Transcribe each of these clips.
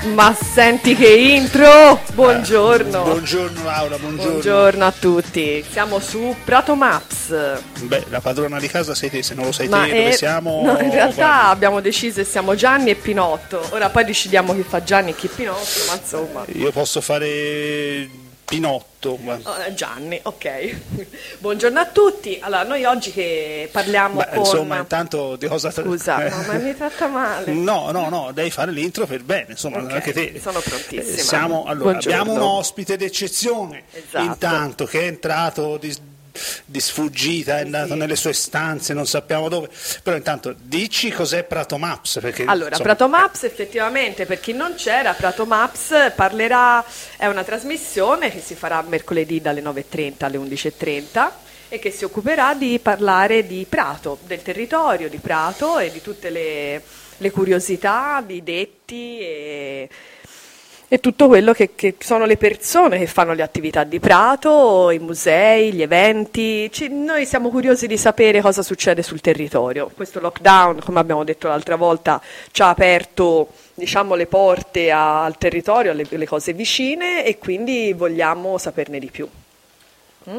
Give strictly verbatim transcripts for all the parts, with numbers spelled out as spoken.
Ma senti che intro! Buongiorno! Buongiorno Laura, buongiorno. Buongiorno a tutti. Siamo su Prato Maps. Beh, la padrona di casa sei te, se non lo sai Ma te, è... dove siamo? No, in realtà guarda. abbiamo deciso che siamo Gianni e Pinotto. Ora poi decidiamo chi fa Gianni e chi Pinotto, ma insomma. Io posso fare Pinotto. Ma... Oh, Gianni, ok. Buongiorno a tutti. Allora, noi oggi che parliamo Beh, con... insomma, intanto di cosa... Scusa, no, ma mi tratta male. No, no, no, devi fare l'intro per bene, insomma, Ok, anche te. sono prontissima. Eh, Siamo, allora, Buongiorno. abbiamo un ospite d'eccezione, Esatto. intanto, che è entrato di, di sfuggita, è andato sì. nelle sue stanze, non sappiamo dove, però intanto dici cos'è Prato Maps, perché Allora, insomma, Prato Maps effettivamente, per chi non c'era, Prato Maps parlerà, è una trasmissione che si farà mercoledì dalle nove e trenta alle undici e trenta e che si occuperà di parlare di Prato, del territorio di Prato e di tutte le, le curiosità, i detti e, e tutto quello che, che sono le persone che fanno le attività di Prato, i musei, gli eventi. Ci- noi siamo curiosi di sapere cosa succede sul territorio. Questo lockdown, come abbiamo detto l'altra volta, ci ha aperto, diciamo, le porte a- al territorio, alle, alle cose vicine e quindi vogliamo saperne di più. Mm?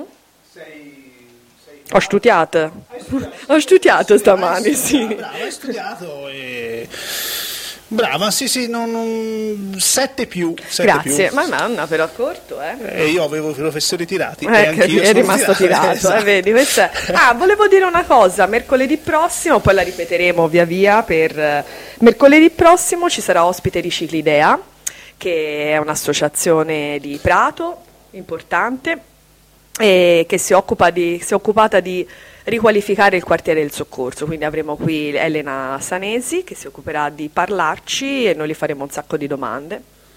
Ho studiato, ho studiato stamani, sì. Brava, hai studiato e... Brava, sì, sì, non, non... sette più. Sette Grazie, più. ma Manna però corto, eh. E io avevo i professori tirati. e Ecco, anch'io è sono rimasto tirato, esatto. eh, vedi, questa è- Ah, volevo dire una cosa, mercoledì prossimo, poi la ripeteremo via via, per eh, mercoledì prossimo ci sarà ospite Riciclidea, che è un'associazione di Prato importante e che si occupa di, si è occupata di riqualificare il quartiere del soccorso, quindi avremo qui Elena Sanesi che si occuperà di parlarci e noi gli faremo un sacco di domande.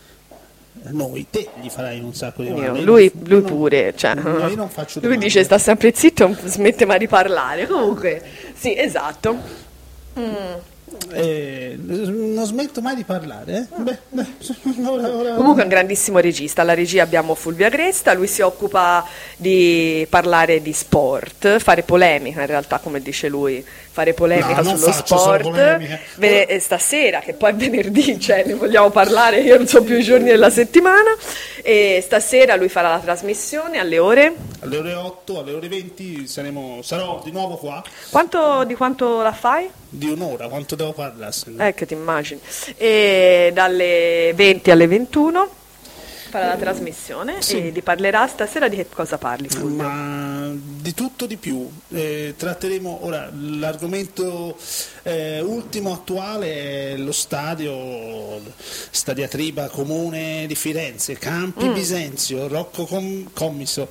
Noi, te gli farai un sacco di Io- domande. lui, Io lui non- pure, cioè, no, io non faccio lui domande. dice sta sempre zitto, non smette mai di parlare. Comunque, sì, esatto. Mm. Eh, non smetto mai di parlare. Eh? Beh, beh, ora, ora- Comunque è un grandissimo regista, alla regia abbiamo Fulvio Agresta, lui si occupa di parlare di sport, fare polemica in realtà, come dice lui, fare polemica No, non sullo faccio solo sport. polemica. Ve- e stasera, che poi è venerdì, cioè ne vogliamo parlare, io non so più i giorni della settimana, e stasera lui farà la trasmissione alle ore... Alle ore otto, alle ore venti saremo, sarò di nuovo qua. Quanto, di quanto la fai? Di un'ora, quanto devo parlare? se no? Eh, che ti immagini. E dalle venti alle ventuno farà la trasmissione Sì. e ti parlerà stasera di che cosa parli, Fulvio? Ma di tutto di più. Eh, tratteremo ora l'argomento eh, ultimo attuale è lo stadio Stadiatriba Comune di Firenze, Campi Mm. Bisenzio, Rocco Com- Commiso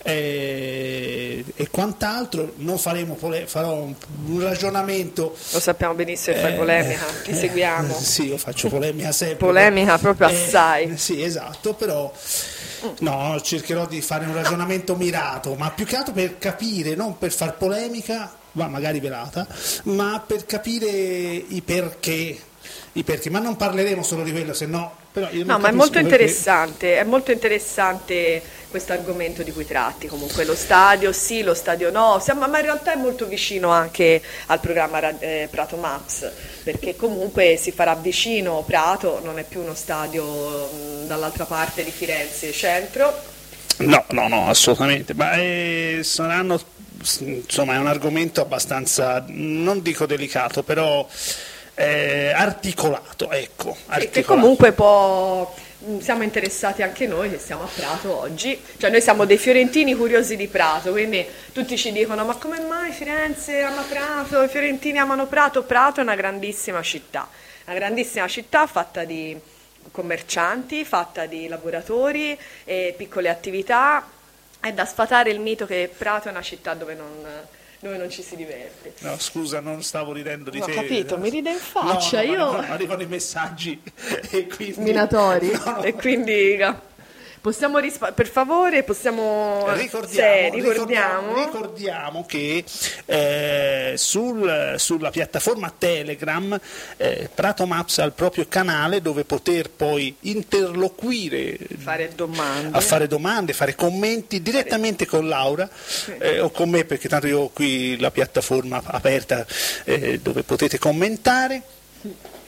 eh, e quant'altro. Non faremo pole- farò un, un ragionamento. Lo sappiamo benissimo che fai eh, polemica, ti eh, seguiamo. Sì, io faccio polemica sempre. Polemica proprio Eh, assai. sì, esatto, però no, cercherò di fare un ragionamento mirato, ma più che altro per capire, non per far polemica, ma magari velata, ma per capire i perché, i perché. Ma non parleremo solo di quello, se no... Però io non No, ma è capisco molto perché- interessante, è molto interessante questo argomento di cui tratti, comunque lo stadio sì, lo stadio no, siamo- ma in realtà è molto vicino anche al programma ra- eh, Prato Maps, perché comunque si farà vicino Prato, non è più uno stadio mh, dall'altra parte di Firenze centro. No, no, no, assolutamente, ma eh, saranno, insomma, è un argomento abbastanza, non dico delicato, però eh, articolato, ecco, E che articolato. comunque può, mh, siamo interessati anche noi che siamo a Prato oggi, cioè noi siamo dei fiorentini curiosi di Prato, quindi tutti ci dicono ma come mai Firenze ama Prato, i fiorentini amano Prato? Prato è una grandissima città, una grandissima città fatta di commercianti, fatta di lavoratori e piccole attività, è da sfatare il mito che Prato è una città dove non, dove non ci si diverte. No, scusa, non stavo ridendo di Ho te. capito, mi ride in faccia, No, no, io- ma arrivano, arrivano i messaggi e quindi... Minatori No, no. e quindi possiamo rispa- per favore possiamo Ricordiamo, se, ricordiamo, ricordiamo ricordiamo che eh, sul- sulla piattaforma Telegram eh, Prato Maps ha il proprio canale dove poter poi interloquire, fare domande a fare domande, fare commenti direttamente con Laura eh, o con me, perché tanto io ho qui la piattaforma aperta eh, dove potete commentare.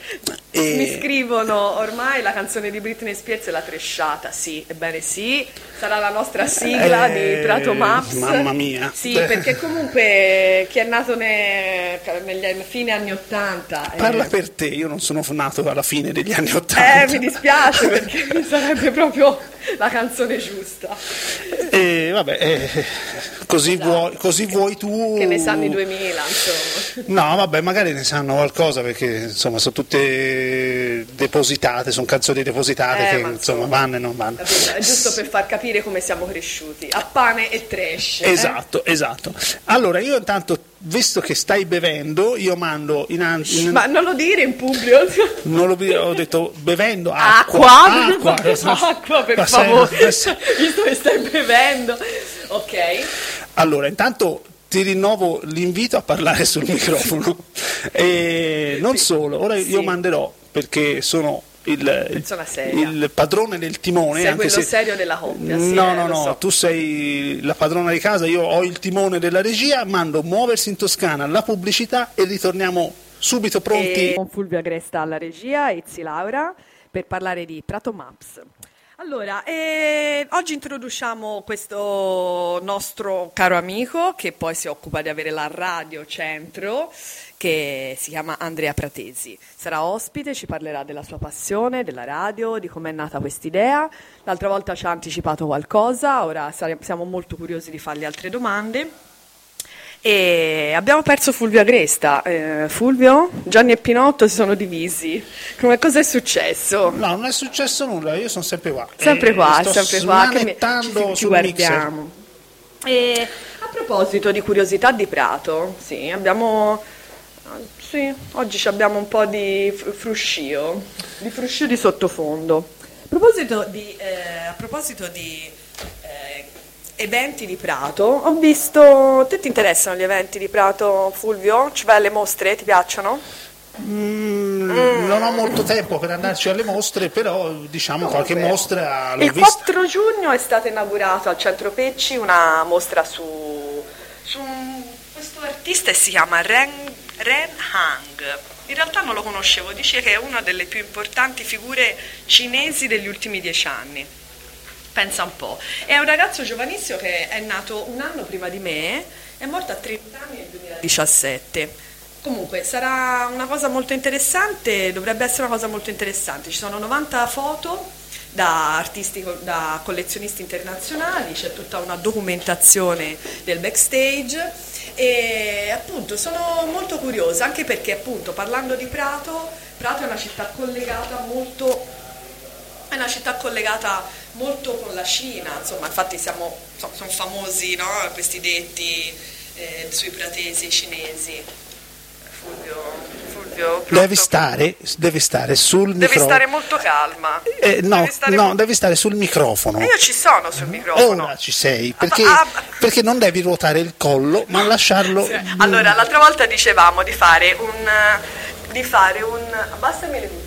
E... Mi scrivono, ormai la canzone di Britney Spears è la tresciata. Sì, ebbene sì, sarà la nostra sigla eh, di Prato Maps. Mamma mia. Sì, perché comunque chi è nato ne, negli fine anni ottanta... Parla eh, per te, io non sono nato alla fine degli anni ottanta. Eh, mi dispiace perché sarebbe proprio la canzone giusta. E vabbè, eh, così, Esatto. vuoi, così vuoi tu... Che ne sanno i duemila, insomma. No, vabbè, magari ne sanno qualcosa perché insomma sono tutte depositate, sono canzoni depositate Eh, che ma insomma insomma, vanno e non vanno. Capito? È giusto per far capire come siamo cresciuti, a pane e trash. eh? Esatto, esatto. Allora io intanto, visto che stai bevendo, io mando in, an- in Ma non lo dire in pubblico. non lo ho detto bevendo acqua, Acqua? acqua, Acqua, per Ma sei- favore, adesso- visto che stai bevendo. Ok. Allora, intanto ti rinnovo l'invito a parlare sul microfono. E non solo, ora io Sì. manderò, perché sono il, Persona seria. il padrone del timone. Sei anche quello se... serio della coppia, sì, No, eh, no, lo no, so. tu sei la padrona di casa, io ho il timone della regia, mando Muoversi in Toscana, la pubblicità e ritorniamo subito pronti. E con Fulvio Agresta alla regia e Zi Laura per parlare di Prato Maps. Allora, eh, oggi introduciamo questo nostro caro amico che poi si occupa di avere la radio centro, che si chiama Andrea Pratesi. Sarà ospite, ci parlerà della sua passione, della radio, di come è nata quest'idea. L'altra volta ci ha anticipato qualcosa, ora sare- siamo molto curiosi di fargli altre domande. E abbiamo perso Fulvio Agresta. Eh, Fulvio, Gianni e Pinotto si sono divisi. Come cosa è successo? No, non è successo nulla, io sono sempre qua. Sempre Eh, qua, sto sempre qua, che mi- smanettando ci, ci sul mixer. guardiamo. E a proposito di curiosità di Prato, sì, abbiamo, sì, oggi ci abbiamo un po' di fr- fruscio, di fruscio di sottofondo. A proposito di, eh, a proposito di eh, eventi di Prato, ho visto, te ti interessano gli eventi di Prato, Fulvio? Ci vai alle mostre, ti piacciono? Mm, Non ho molto tempo per andarci alle mostre, però diciamo qualche Comunque, mostra l'ho il vista. quattro giugno è stata inaugurata al Centro Pecci una mostra su, su un- questo artista che si chiama Ren, Ren Hang. In realtà non lo conoscevo, dice che è una delle più importanti figure cinesi degli ultimi dieci anni. Pensa un po'. È un ragazzo giovanissimo che è nato un anno prima di me, è morto a trenta anni nel duemiladiciassette. Comunque sarà una cosa molto interessante, dovrebbe essere una cosa molto interessante. Ci sono novanta foto da artisti, da collezionisti internazionali, c'è tutta una documentazione del backstage e appunto sono molto curiosa, anche perché appunto parlando di Prato, Prato è una città collegata molto è una città collegata molto con la Cina, insomma, infatti siamo, so- sono famosi, no, questi detti eh, sui pratesi cinesi. Fulvio, Fulvio, pronto? Devi stare, devi stare sul Devi microfono. stare molto calma. Eh, no, Devi stare no, mo- devi stare sul microfono. E io ci sono sul microfono. Ora ci sei, perché, Ah, ah, perché non devi ruotare il collo, ma lasciarlo. Sì. Allora, l'altra volta dicevamo di fare un di fare un abbassami le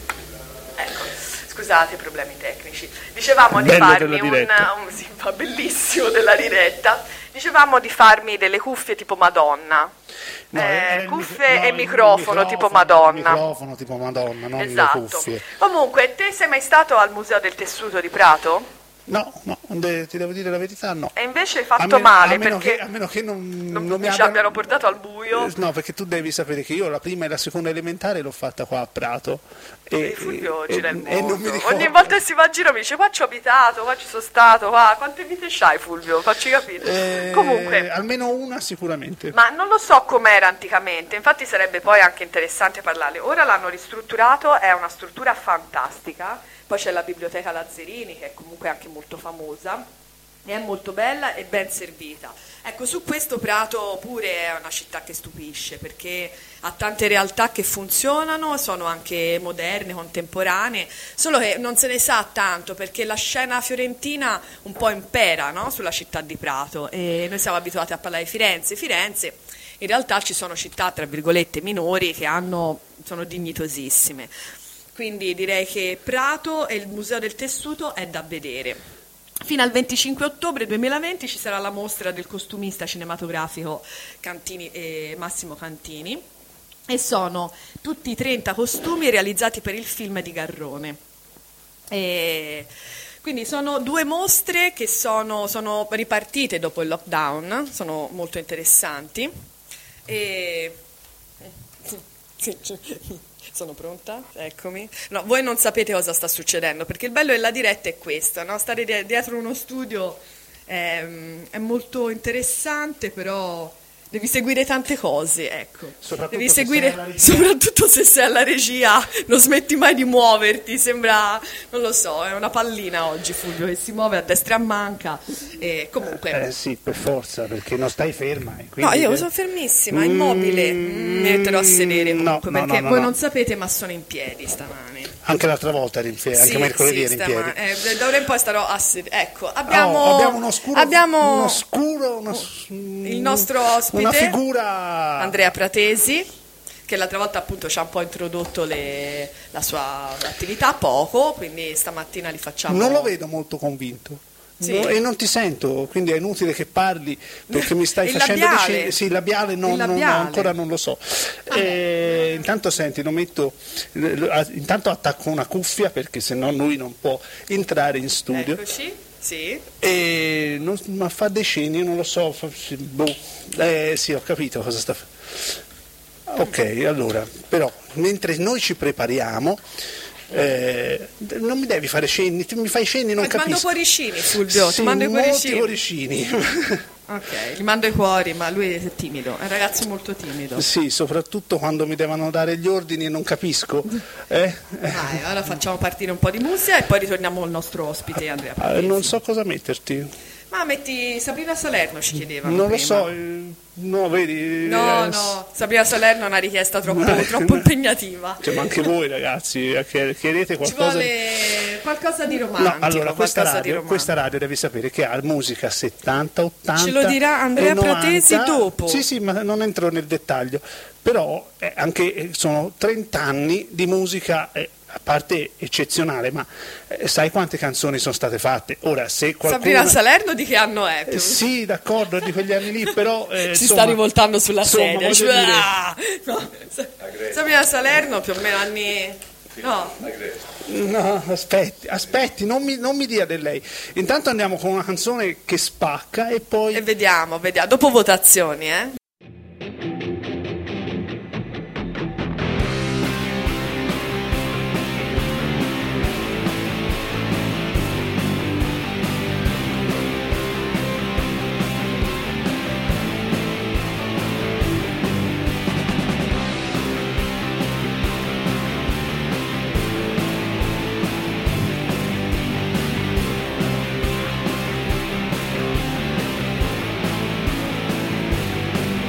ecco, scusate i problemi tecnici. Dicevamo di Bello farmi della un, diretta. un sì, fa bellissimo della diretta. Dicevamo di farmi delle cuffie tipo Madonna. No, Eh, era il cuffie mic- no, e il microfono, tipo il Madonna. microfono tipo Madonna, non Esatto. le cuffie. Comunque, te sei mai stato al Museo del Tessuto di Prato? No, no, de- ti devo dire la verità, no. E invece hai A fatto meno- male a meno perché che, a meno che non, non, non mi ci abbiano- abbiano portato al buio. Eh, No, perché tu devi sapere che io la prima e la seconda elementare l'ho fatta qua a Prato. E, E Fulvio e- gira il e non mondo. mi ricordo. Ogni volta che si va a giro mi dice qua ci ho abitato, qua ci sono stato, qua. Quante vite c'hai Fulvio? Facci capire. Eh, Comunque, almeno una sicuramente. ma non lo so com'era anticamente, infatti sarebbe poi anche interessante parlarne. Ora l'hanno ristrutturato, è una struttura fantastica, poi c'è la biblioteca Lazzarini che è comunque anche molto famosa, e è molto bella e ben servita. Ecco, su questo Prato pure è una città che stupisce, perché ha tante realtà che funzionano, sono anche moderne, contemporanee, solo che non se ne sa tanto, perché la scena fiorentina un po' impera, no, sulla città di Prato, e noi siamo abituati a parlare di Firenze. Firenze, in realtà ci sono città, tra virgolette, minori che hanno, sono dignitosissime. Quindi direi che Prato e il Museo del Tessuto è da vedere. Fino al venticinque ottobre duemilaventi ci sarà la mostra del costumista cinematografico Cantini, eh, Massimo Cantini, e sono tutti trenta costumi realizzati per il film di Garrone. E quindi sono due mostre che sono, sono ripartite dopo il lockdown, sono molto interessanti. E... Sono pronta? Eccomi. No, voi non sapete cosa sta succedendo, perché il bello della diretta è questo, no? Stare dietro uno studio è, è molto interessante, però devi seguire tante cose, ecco. Devi seguire, se soprattutto se sei alla regia, non smetti mai di muoverti, sembra, non lo so, è una pallina oggi Fulvio che si muove a destra e a manca. E comunque... Eh sì, per forza, perché non stai ferma. E no, io sono fermissima, immobile, mm, mi metterò a sedere comunque, no, no, perché no, voi no. non sapete, ma sono in piedi stamane. Anche l'altra volta eri in piedi, Sì, anche mercoledì sì, eri in stamane. piedi. Eh, da ora in poi starò a sedere. Ecco, abbiamo, Oh, abbiamo uno scuro, abbiamo uno scuro uno, il nostro ospite, una figura... Andrea Pratesi, che l'altra volta appunto ci ha un po' introdotto le, la sua attività, poco, quindi stamattina li facciamo... Non lo vedo molto convinto. Sì. No, e non ti sento, quindi è inutile che parli perché mi stai il facendo labiale. decine. Sì, il labiale, non, il non- labiale. ancora non lo so. Eh, intanto senti, lo metto, intanto attacco una cuffia perché sennò lui non può entrare in studio. Eccoci, sì. E non, ma fa decenni, non lo so. Fa, sì, boh. Eh, sì, ho capito cosa sta facendo. Ok, allora, però mentre noi ci prepariamo. Eh, non mi devi fare cenni, ti mi fai cenni, non Ma ti mando i capisco. cuoricini, Fulvio, Sì, ti mando i molti cuoricini. cuoricini. Ok, gli mando i cuori, ma lui è timido, è un ragazzo molto timido. Sì, soprattutto quando mi devono dare gli ordini e non capisco. Eh? Vai, ora facciamo partire un po' di musica e poi ritorniamo al nostro ospite Andrea Eh, Pratesi. non so cosa metterti. Ma metti Sabrina Salerno, ci chiedevano Non lo prima. so, eh, no, vedi. No, eh, no, Sabrina Salerno è una richiesta troppo, troppo impegnativa. Cioè, ma anche voi ragazzi, eh, chiedete Ci qualcosa. vuole qualcosa di No, romantico. allora questa qualcosa di radio, romantico. questa radio devi sapere che ha musica settanta, ottanta. Ce lo dirà Andrea e novanta. Pratesi dopo. Sì, sì, ma non entro nel dettaglio. Però eh, anche eh, sono trenta anni di musica, eh, a parte eccezionale, ma eh, sai quante canzoni sono state fatte? Ora, se qualcuno... Sabrina Salerno di che anno è? Eh, sì, d'accordo, di quegli anni lì, però... eh, Si insomma, sta rivoltando sulla insomma, sedia. voglio Cioè, dire- ah! No, Sabrina Salerno più o meno anni... No, No, aspetti, aspetti, non mi, non mi dia del lei. Intanto andiamo con una canzone che spacca e poi... e vediamo, vediamo. Dopo votazioni, eh? Thank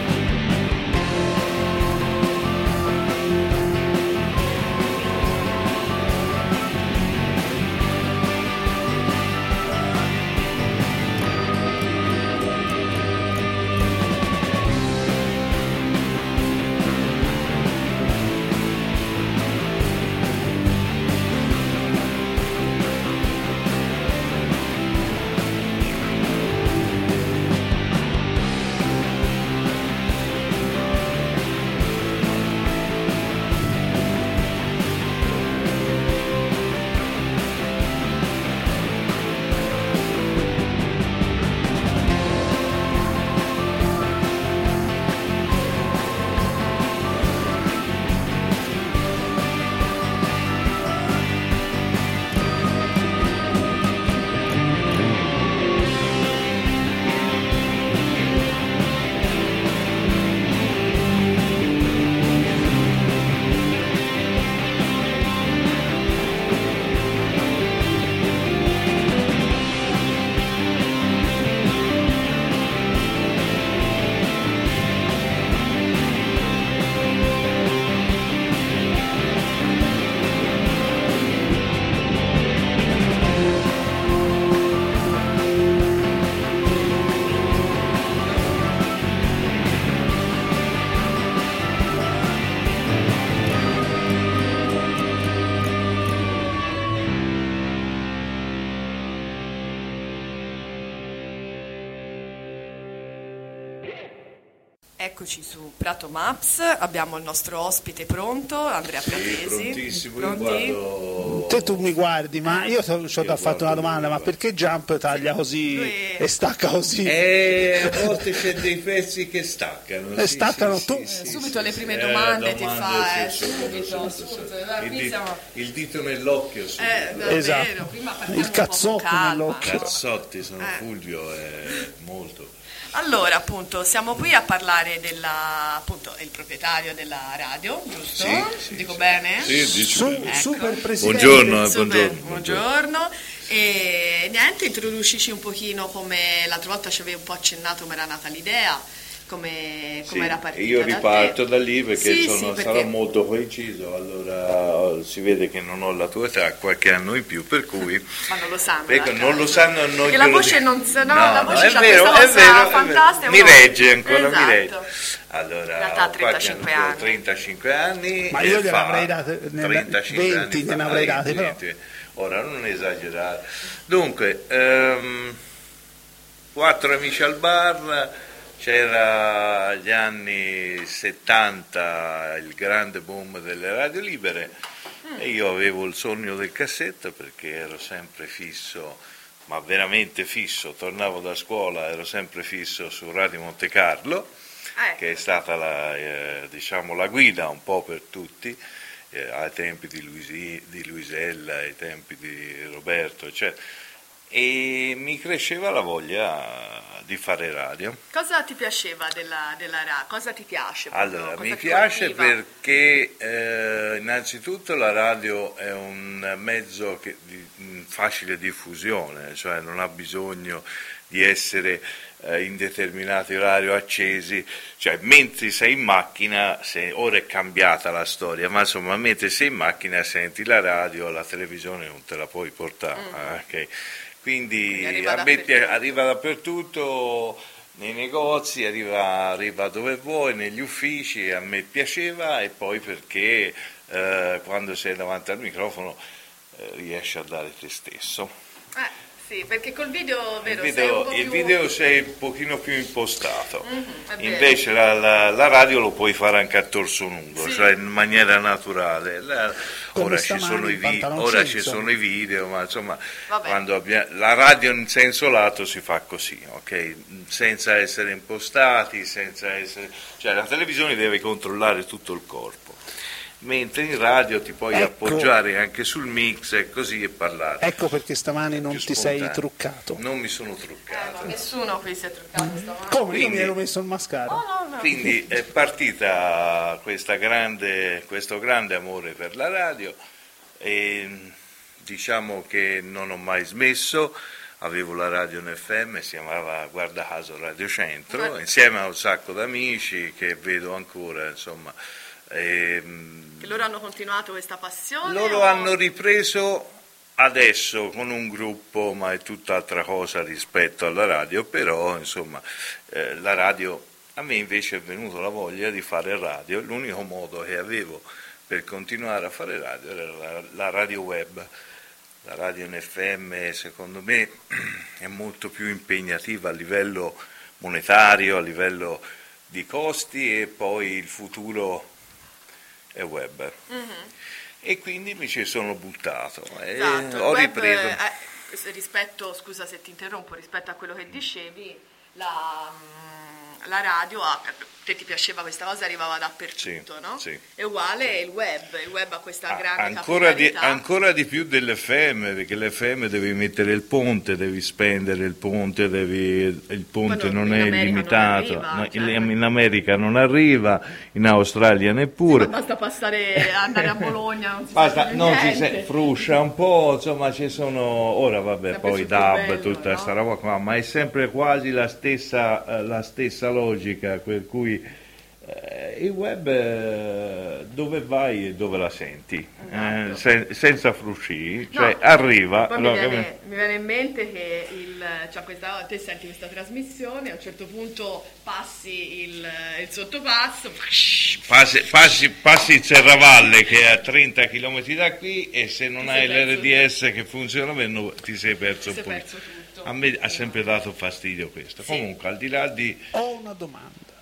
eccoci su Prato Maps, abbiamo il nostro ospite pronto, Andrea Pratesi. Sì, prontissimo, io Pronti? guardo... Te tu mi guardi, ma io ho fatto una domanda, ma perché Jump taglia così Lui- e stacca così? E a volte c'è dei pezzi che staccano. E sì, staccano sì, tu? sì, sì, Subito sì, le sì. prime Eh, domande ti fa, eh, sì, subito, subito, subito. subito. Qui Il, di- siamo- il dito nell'occhio, subito. Eh, davvero, Esatto. prima partiamo Il un po' con cazzotto calma, nell'occhio. no? Cazzotti, sono Eh. Fulvio, è molto... Allora, appunto, siamo qui a parlare della, appunto, è il proprietario della radio, giusto? Sì, sì, Dico sì. bene? Sì, dici Su- bene. Ecco. Super presidente. Buongiorno, eh, Super, buongiorno. buongiorno. E niente, introducici un pochino come l'altra volta ci avevi un po' accennato come era nata l'idea, come, come Sì, era partita. io da riparto te. da lì perché Sì, sono- sì, perché- sarò molto preciso, allora si vede che non ho la tua età, qualche anno in più, per cui Ma non lo sanno. ecco, in non lo realtà. sanno noi. Perché la glielo voce dico. non sa- no, la voce è c'ha vero, questa è cosa vero, è vero. fantastica, Mi uno- regge ancora, mi Esatto. regge. Allora, L'età ho qualche trentacinque anno più, anni. trentacinque anni. Ma e io gliene fa avrei date- nel- trentacinque venti anni gliene fa, avrei date, però. venti. Ora non esagerare. Dunque, ehm, quattro amici al bar. C'era gli anni settanta il grande boom delle radio libere e io avevo il sogno del cassetto perché ero sempre fisso, ma veramente fisso, tornavo da scuola, ero sempre fisso su Radio Monte Carlo, Eh, che è stata la, eh, diciamo, la guida un po' per tutti, eh, ai tempi di, Luisi, di Luisella, ai tempi di Roberto, eccetera. E mi cresceva la voglia di fare radio. cosa ti piaceva della, della radio? Cosa ti piace? proprio? Allora, Cosa mi ti piace colpiva? perché eh, innanzitutto la radio è un mezzo che, di mh, facile diffusione, cioè non ha bisogno di essere eh, in determinati orari accesi, cioè mentre sei in macchina, se, ora è cambiata la storia, ma insomma mentre sei in macchina senti la radio, la televisione non te la puoi portare, Mm. ok? Quindi Quindi arriva a me pia- dappertutto. arriva dappertutto, nei negozi, arriva, arriva dove vuoi, negli uffici, a me piaceva e poi perché eh, quando sei davanti al microfono eh, riesci a dare te stesso. Eh, sì, perché col video, Il vero, sei un video, po' il più... video sei un pochino più impostato, Mhm, è vero. invece la, la- la radio lo puoi fare anche a torso nudo, Sì. cioè in maniera naturale. La- Come ora, ci stamani sono, i in vi- pantaloncini, ora ci insomma. sono i video, ma insomma Vabbè. quando abbia- la radio in senso lato si fa così, ok? Senza essere impostati, senza essere... cioè la televisione deve controllare tutto il corpo. Mentre in radio ti puoi Ecco. appoggiare anche sul mix e così e parlare. Ecco perché stamani non Più ti sei spontaneo. truccato. Non mi sono Eh, ma truccato. nessuno qui si è truccato stamani. Come? Io Quindi- mi ero messo il mascara. Oh, no, no. Quindi è partita questa grande, questo grande amore per la radio e diciamo che non ho mai smesso. Avevo la radio in F M, si chiamava guarda caso Radio Centro, Guarda. insieme a un sacco d'amici che vedo ancora, insomma. Ehm, Che loro hanno continuato questa passione? loro o- hanno ripreso adesso con un gruppo, ma è tutt'altra cosa rispetto alla radio, però insomma eh, la radio, a me invece è venuta la voglia di fare radio, l'unico modo che avevo per continuare a fare radio era la, la radio web. La radio in F M secondo me è molto più impegnativa a livello monetario, a livello di costi e poi il futuro è web. Mhm. E quindi mi ci sono buttato e Esatto, il ho web, ripreso. eh, se- rispetto, scusa se ti interrompo, rispetto a quello che dicevi, la, mm, la radio, ha- te ti piaceva questa cosa, arrivava dappertutto, Sì, no? sì. È uguale il web, il web ha questa Ah, grande ancora, di, capillarietà. ancora di più dell'F M, perché l'F M devi mettere il ponte, devi spendere il ponte, devi, il ponte Ma non- non in è America non illimitato, arriva, no, cioè. in, in America non arriva, in Australia Sì, neppure. ma basta passare, andare a Bologna, non si Basta, sa più non si niente. se- fruscia un po', insomma ci sono, ora vabbè, Sempre poi sul D A B, bello, tutta no? questa roba qua, ma è sempre quasi la stessa, eh, la stessa logica, per cui eh, il web eh, dove vai e dove la senti, Esatto. eh, sen- senza frusci, No, cioè arriva, Poi no, mi, viene, capi- mi viene in mente che il, cioè questa, te senti questa trasmissione, a un certo punto passi il, il sottopasso, passi, passi, passi il Serravalle che è a trenta chilometri da qui e se non Ti hai sei perso l'R D S che funziona bene ti sei perso si è un po'. perso tutto. A me ha sempre dato fastidio questo. Sì. Comunque, al di là di... Ho una domanda.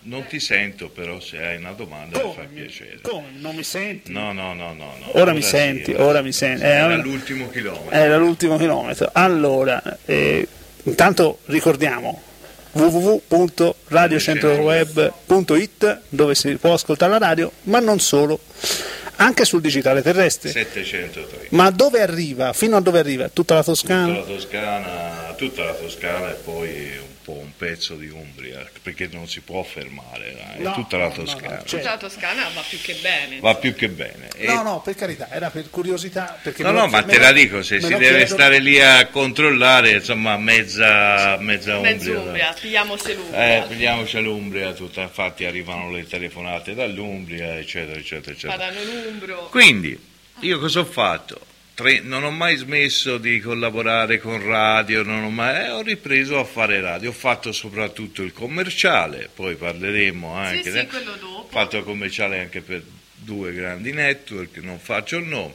non ti sento, però se hai una domanda mi fa Come? piacere. Come? Non mi senti? No, no, no, no. no. Ora, ora mi sì, senti, ora, ora mi senti. Eh, era ora... l'ultimo chilometro. Era l'ultimo chilometro. Allora, eh, intanto ricordiamo w w w punto radio centroweb punto i t dove si può ascoltare la radio, ma non solo, anche sul digitale terrestre. settecentotre. Ma dove arriva? Fino a dove arriva? Tutta la Toscana? Tutta la Toscana, tutta la Toscana e poi un po' un pezzo di Umbria, perché non si può fermare, là, è No, tutta la no, no, Toscana. no, certo. Tutta la Toscana va più che bene. Va più che bene. E... No, no, per carità, era per curiosità. Perché No, me no, lo- ma me te lo- la dico, se me si lo deve chiedono- stare lì a controllare, insomma, mezza, mezza Umbria. Mezz'Umbria, pigliamoci l'Umbria. Eh, pigliamoci l'Umbria, tutta, infatti arrivano le telefonate dall'Umbria, eccetera, eccetera, eccetera. Parlano l'umbro. Quindi, io cosa ho fatto? Tre, non ho mai smesso di collaborare con radio, non ho, mai, eh, ho ripreso a fare radio, ho fatto soprattutto il commerciale, poi parleremo anche Sì, de- sì, quello dopo. ho fatto il commerciale anche per due grandi network, non faccio il nome.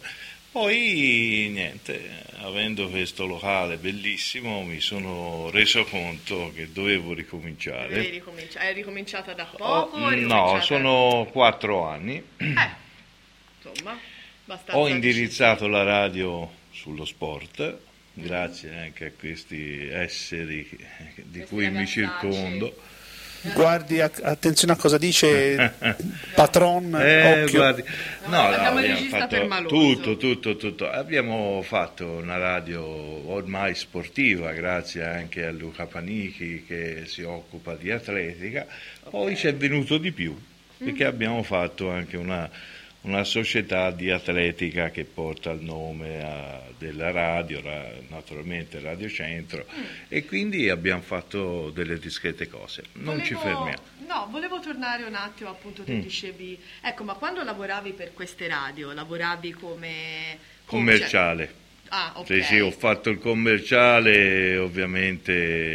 Poi niente, avendo questo locale bellissimo mi sono reso conto che dovevo ricominciare. Devi ricominciare. Hai ricominciata da poco? Ho- o hai no, ricominciata- sono quattro anni. Eh, insomma, abbastanza Ho indirizzato la radio sullo sport, grazie anche a questi esseri di Questi cui mi ragazzacci. circondo. Guardi, a- attenzione a cosa dice Patron, Eh, occhio. guardi, no, abbiamo no, il abbiamo regista fatto permaloso. tutto, tutto, tutto. Abbiamo fatto una radio ormai sportiva, grazie anche a Luca Panichi che si occupa di atletica. Poi ci è venuto di più, perché abbiamo fatto anche una, una società di atletica che porta il nome a- della radio, ra- naturalmente Radio Centro, e quindi abbiamo fatto delle discrete cose. Non ci Volevo- fermiamo. No, volevo tornare un attimo, appunto, te Mm. dicevi... Ecco, ma quando lavoravi per queste radio, lavoravi come... Commerciale. Ah, ok. Sì, sì, ho fatto il commerciale, ovviamente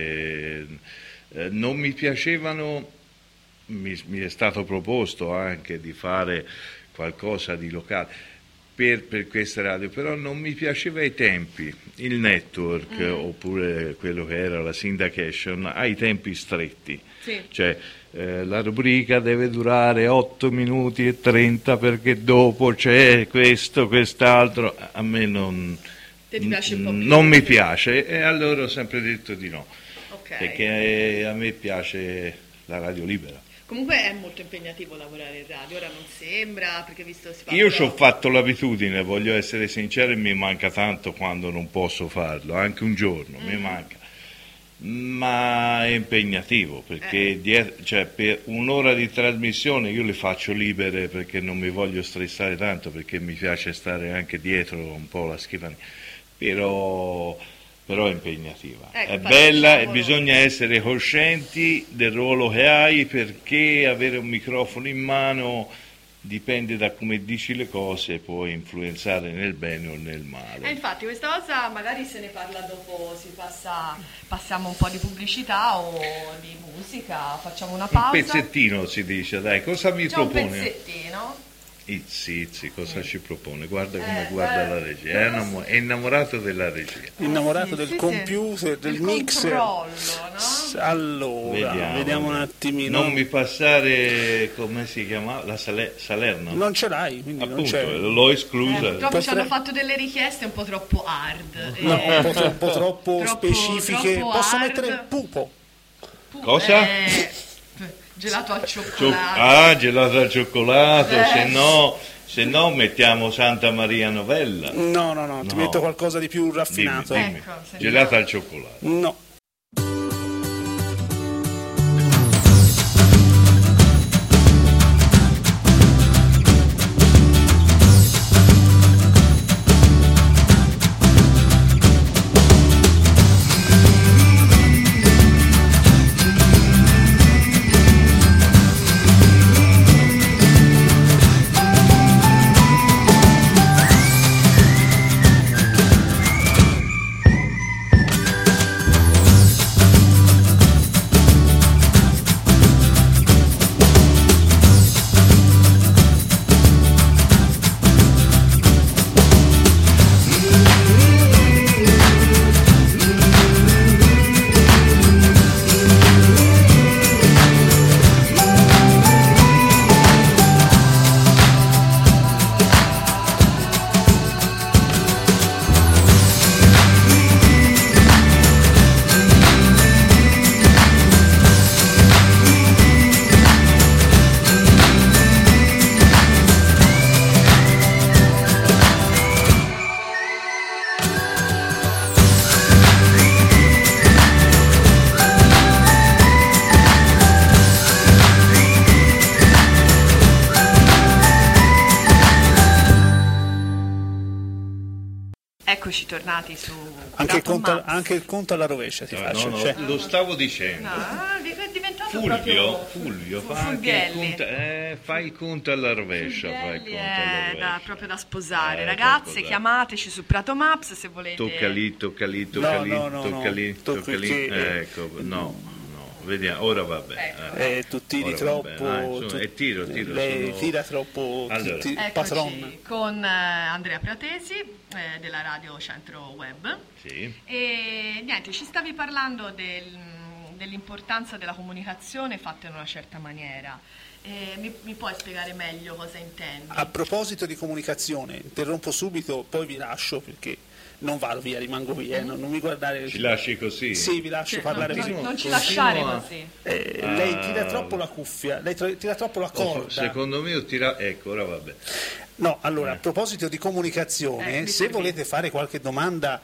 eh, non mi piacevano, mi, mi è stato proposto anche di fare qualcosa di locale per, per queste radio, però non mi piaceva i tempi, il network oppure quello che era la syndication ha i tempi stretti. Sì. Cioè, eh, la rubrica deve durare otto minuti e trenta perché dopo c'è questo, quest'altro. A me non, Te ti piace un po' più? non mi piace, e allora ho sempre detto di no, Ok. perché a me piace la radio libera. Comunque è molto impegnativo lavorare in radio, ora non sembra, perché visto si fa... Io ci però- ho fatto l'abitudine, voglio essere sincero, e mi manca tanto quando non posso farlo, anche un giorno mi Mm. manca. Ma è impegnativo, perché Eh. diet- cioè, per un'ora di trasmissione io le faccio libere perché non mi voglio stressare tanto, perché mi piace stare anche dietro un po' la scrivania, però, però è impegnativa, Ecco, è infatti, bella e diciamolo. bisogna essere coscienti del ruolo che hai, perché avere un microfono in mano dipende da come dici le cose, può influenzare nel bene o nel male. Eh, infatti questa cosa magari se ne parla dopo, si passa, passiamo un po' di pubblicità o di musica, facciamo una Un pausa. pezzettino si dice, dai, cosa mi C'è un propone? pezzettino. Izzi, Izzi, cosa ci propone? Guarda come Eh, guarda eh, la regia, è, innamo- è innamorato della regia. Innamorato Sì, del sì, computer, sì. del Il mixer. controllo, no? S- Allora, vediamo, Vediamo, un attimino. Non mi passare, come si chiama? La Sale- Salerno? Non ce l'hai, quindi non Appunto, c'è. l'ho Eh, esclusa. purtroppo ci Potrei- hanno fatto delle richieste un po' troppo hard. No, eh, un po' tro- un po' troppo, troppo- specifiche. troppo Posso hard. mettere il pupo? Cosa? Eh, gelato al Cio- cioccolato. ah, gelato al cioccolato, Eh. se no, se no mettiamo Santa Maria Novella. No, no, no, ti No. metto qualcosa di più raffinato. Dimmi, dimmi. Ecco, se- Gelato al cioccolato. No. eccoci tornati su anche il, conto, Maps. anche il conto alla rovescia ti No, faccio. no, no, Cioè. lo stavo dicendo. No, è diventato Fulvio, proprio Fulvio, fu- fa anche il Fulghelli. conto, eh, fai il conto alla rovescia, fai il Fulghelli conto alla è rovescia. da, proprio da sposare. Eh, da Ragazze, sposare. chiamateci su Prato Maps se volete. Tocca lì, tocca lì, tocca No, lì, no, no, tocca no. lì, Tocca tocca lì. che- Eh, ecco, no, no, vediamo, ora va bene. Ecco. eh. Eh, tu tiri Ora va troppo, bene, dai, insomma, tu- e tiro, tiro, lei sono- tira troppo, Allora. ti- Eccoci patron. con eh, Andrea Pratesi eh, della Radio Centro Web. Sì. E niente, ci stavi parlando del- dell'importanza della comunicazione fatta in una certa maniera. Eh, mi, mi puoi spiegare meglio cosa intendi? A proposito di comunicazione, interrompo subito, poi vi lascio perché non vado via, rimango via, eh, non, non mi guardare. Ci lasci così? Sì, vi lascio Cioè, parlare non, così. non, non ci Continua- lasciare così. Eh, Ah. lei tira troppo la cuffia, lei tra- tira troppo la Oh, corda. secondo me io tira... Ecco, ora va bene. No, allora, Eh. a proposito di comunicazione, Eh, mi se serve. volete fare qualche domanda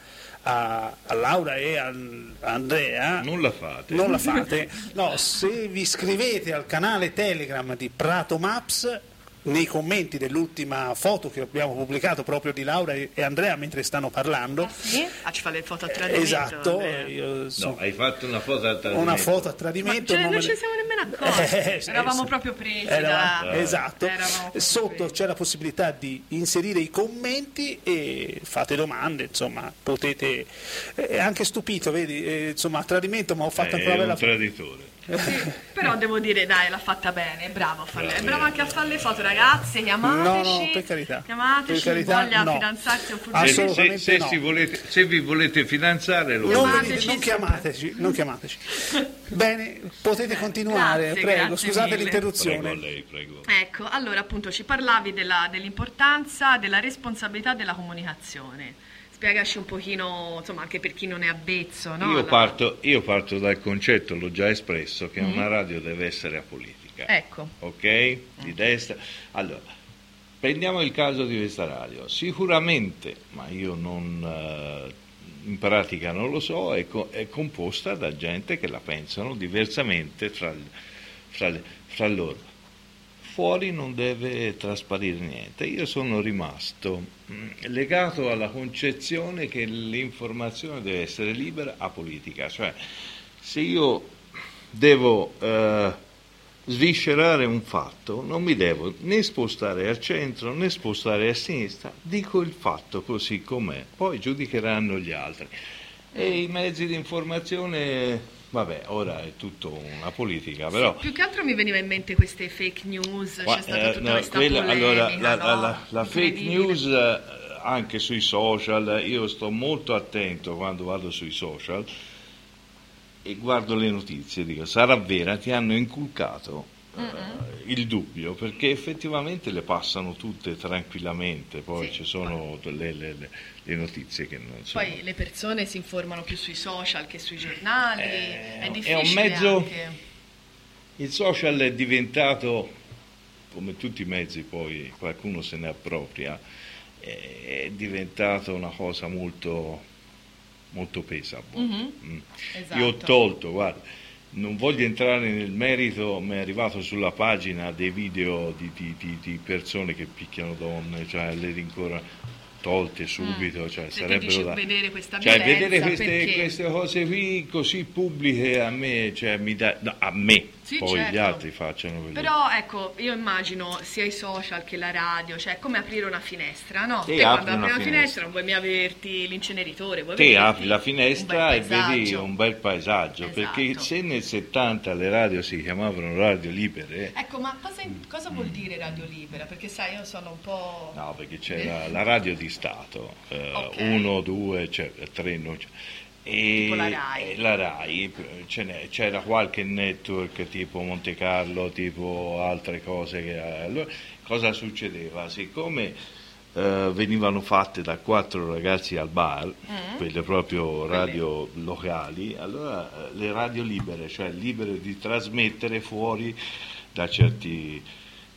a, a Laura e a, a Andrea, Non la fate. non la fate. No, se vi iscrivete al canale Telegram di Prato Maps, nei commenti dell'ultima foto che abbiamo pubblicato proprio di Laura e e Andrea mentre stanno parlando, Ah, sì? Ah, ci fa le foto a tradimento. esatto, Andrea. io so- No, hai fatto una foto a tradimento. una foto a Ma tradimento. cioè, non non me ci ne- siamo nemmeno accorti. Eh, sì, Eravamo sì. proprio presi Eravamo- da... esatto. Eravamo proprio Sotto presi. c'è la possibilità di inserire i commenti e fate domande, insomma, potete. È anche stupito, vedi, eh, insomma, a tradimento, ma ho fatto Eh, anche una è bella un traditore. Però devo dire, dai, l'ha fatta bene, è bravo a farle. È Bravo, bravo anche a fare le foto, ragazze, chiamateci. No, no, per carità. Chiamateci, Per carità, voglia no. fidanzarsi o Se, fuggire. se, Assolutamente se no. si volete, se vi volete fidanzare, lo Non, Chiamateci venite- non sempre. chiamateci, non chiamateci. Bene, potete continuare, Grazie, prego, grazie scusate mille. l'interruzione. Prego a lei, prego. Ecco, allora appunto ci parlavi della- dell'importanza, della responsabilità della comunicazione. Spiegaci un pochino, insomma, anche per chi non è avvezzo, no? Io, alla- parto, io parto dal concetto, l'ho già espresso, che una radio deve essere apolitica. Ecco. Ok? Di destra. Allora, prendiamo il caso di questa radio. Sicuramente, ma io non, eh, in pratica non lo so, è, co- è composta da gente che la pensano diversamente fra, fra, le- fra loro. Fuori non deve trasparire niente. Io sono rimasto mh, legato alla concezione che l'informazione deve essere libera, apolitica. Cioè, se io devo eh, sviscerare un fatto, non mi devo né spostare al centro né spostare a sinistra, dico il fatto così com'è, poi giudicheranno gli altri. E i mezzi di informazione... Vabbè, ora è tutto una politica, però... Più che altro mi veniva in mente queste fake news, Ma, c'è stata eh, tutta no, questa quella- polemica, allora, la, la- no? la- la fake Incredibile. news eh, anche sui social, io sto molto attento quando vado sui social e guardo le notizie, dico, sarà vera, ti hanno inculcato eh, il dubbio, perché effettivamente le passano tutte tranquillamente, poi Sì. ci sono le, le- le- le notizie che non sono... Poi le persone si informano più sui social che sui giornali, Eh, è è difficile un mezzo- anche. Il social è diventato, come tutti i mezzi poi qualcuno se ne appropria, è diventato una cosa molto, molto pesable. Mhm. Mm. Esatto. Io ho tolto, guarda, non voglio entrare nel merito, mi è arrivato sulla pagina dei video di, di- di- di persone che picchiano donne, cioè le rincorrono, tolte subito, cioè Se tu sarebbero dici da... vedere questa Cioè, violenza, vedere queste, perché? queste cose qui così pubbliche a me, cioè mi dà, no, a me, Sì, poi certo. gli altri facciano quello. Però ecco, io immagino sia i social che la radio, cioè è come aprire una finestra, no? Te Te apri quando apri una una finestra, finestra. non vuoi mai averti l'inceneritore, vuoi Te vederti apri la finestra un e bel vedi paesaggio. un bel paesaggio, Esatto. perché se nel settanta le radio si chiamavano radio libere, Ecco, ma cosa, cosa vuol dire radio libera? Perché sai, io sono un po'... no, perché c'era la radio di Stato, eh, Ok. uno, due, cioè, tre, non c'è. E Tipo la Rai. e la Rai, ce n'è- c'era qualche network tipo Monte Carlo, tipo altre cose. Che, allora, cosa succedeva? Siccome eh, venivano fatte da quattro ragazzi al bar, Mm. quelle proprio radio locali, allora eh, le radio libere, cioè libere di trasmettere fuori da certi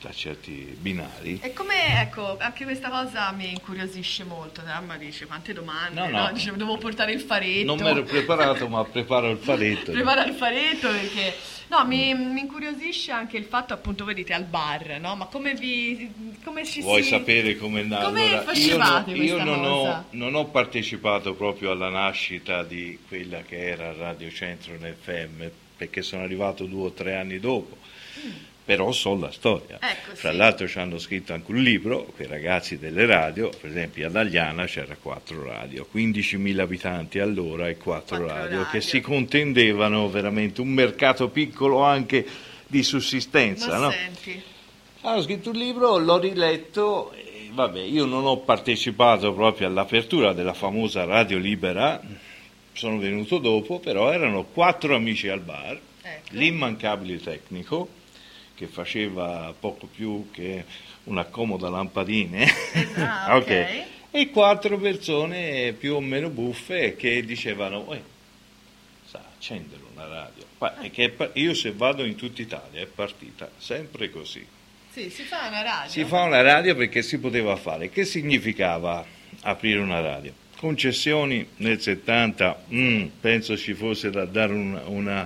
da certi binari. E come, ecco, anche questa cosa mi incuriosisce molto, mamma dice quante domande, no, no. no? Dice, devo portare il faretto. Non mi ero preparato, ma preparo il faretto. Prepara il faretto perché, no, mi, mi incuriosisce anche il fatto, appunto, vedete, al bar, no? Ma come vi, come ci Vuoi si... sapere come è nato? Come allora, facevate io, non, io non, cosa? ho, non ho partecipato proprio alla nascita di quella che era Radio Centro in F M, perché sono arrivato due o tre anni dopo. Mm. Però so la storia. Ecco, Fra sì. l'altro ci hanno scritto anche un libro, quei ragazzi delle radio, per esempio ad Agliana c'era quattro radio, quindicimila abitanti allora e quattro, quattro radio, radio che si contendevano veramente un mercato piccolo anche di sussistenza. Ma no? senti. Hanno scritto un libro, l'ho riletto, e vabbè, io non ho partecipato proprio all'apertura della famosa Radio Libera, sono venuto dopo, però erano quattro amici al bar, ecco. L'immancabile tecnico, che faceva poco più che una comoda lampadine, ah, okay. Okay. E quattro persone più o meno buffe che dicevano, eh, sa accendere una radio. Ma è che io se vado in tutta Italia è partita sempre così. Sì, si fa una radio. Si fa una radio perché si poteva fare. Che significava aprire una radio? Concessioni nel settanta, mm, penso ci fosse da dare una, una,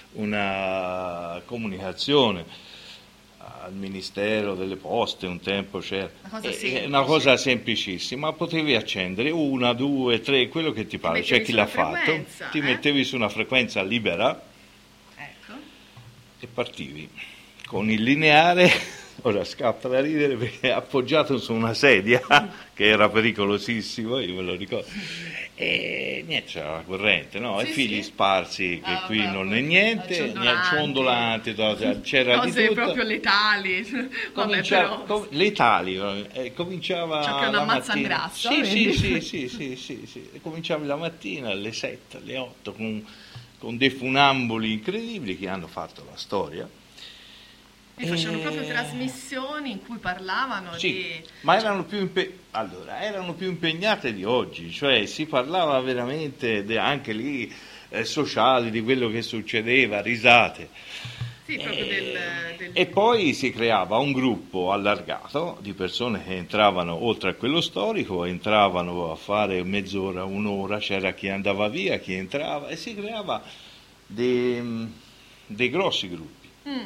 una comunicazione al Ministero delle Poste, un tempo c'era, una cosa, è una cosa semplicissima, potevi accendere una, due, tre, quello che ti pare, c'è chi l'ha fatto, ti eh? mettevi su una frequenza libera, ecco. E partivi con il lineare, ora scappa da ridere perché è appoggiato su una sedia, che era pericolosissimo, io me lo ricordo, e niente, c'era la corrente, no? Sì, e figli sì. sparsi, che ah, qui vabbè, non è niente, ciondolanti, ciondolante, c'era cose di tutto. proprio letali. Cominciava, Vabbè, però... com- letali, eh, cominciava Ciò che non la ammazza mattina. ingrassa, Sì, vedi? sì, sì, sì, sì, sì. Cominciavi la mattina alle sette, alle otto, con, con dei funamboli incredibili che hanno fatto la storia. E facevano proprio trasmissioni in cui parlavano sì, di... ma erano più, impe- allora, erano più impegnate di oggi, cioè si parlava veramente de- anche lì eh, sociali, di quello che succedeva, risate. Sì, proprio e, del, del... e poi si creava un gruppo allargato di persone che entravano oltre a quello storico, entravano a fare mezz'ora, un'ora, c'era chi andava via, chi entrava, e si creava dei, dei grossi gruppi. Mm.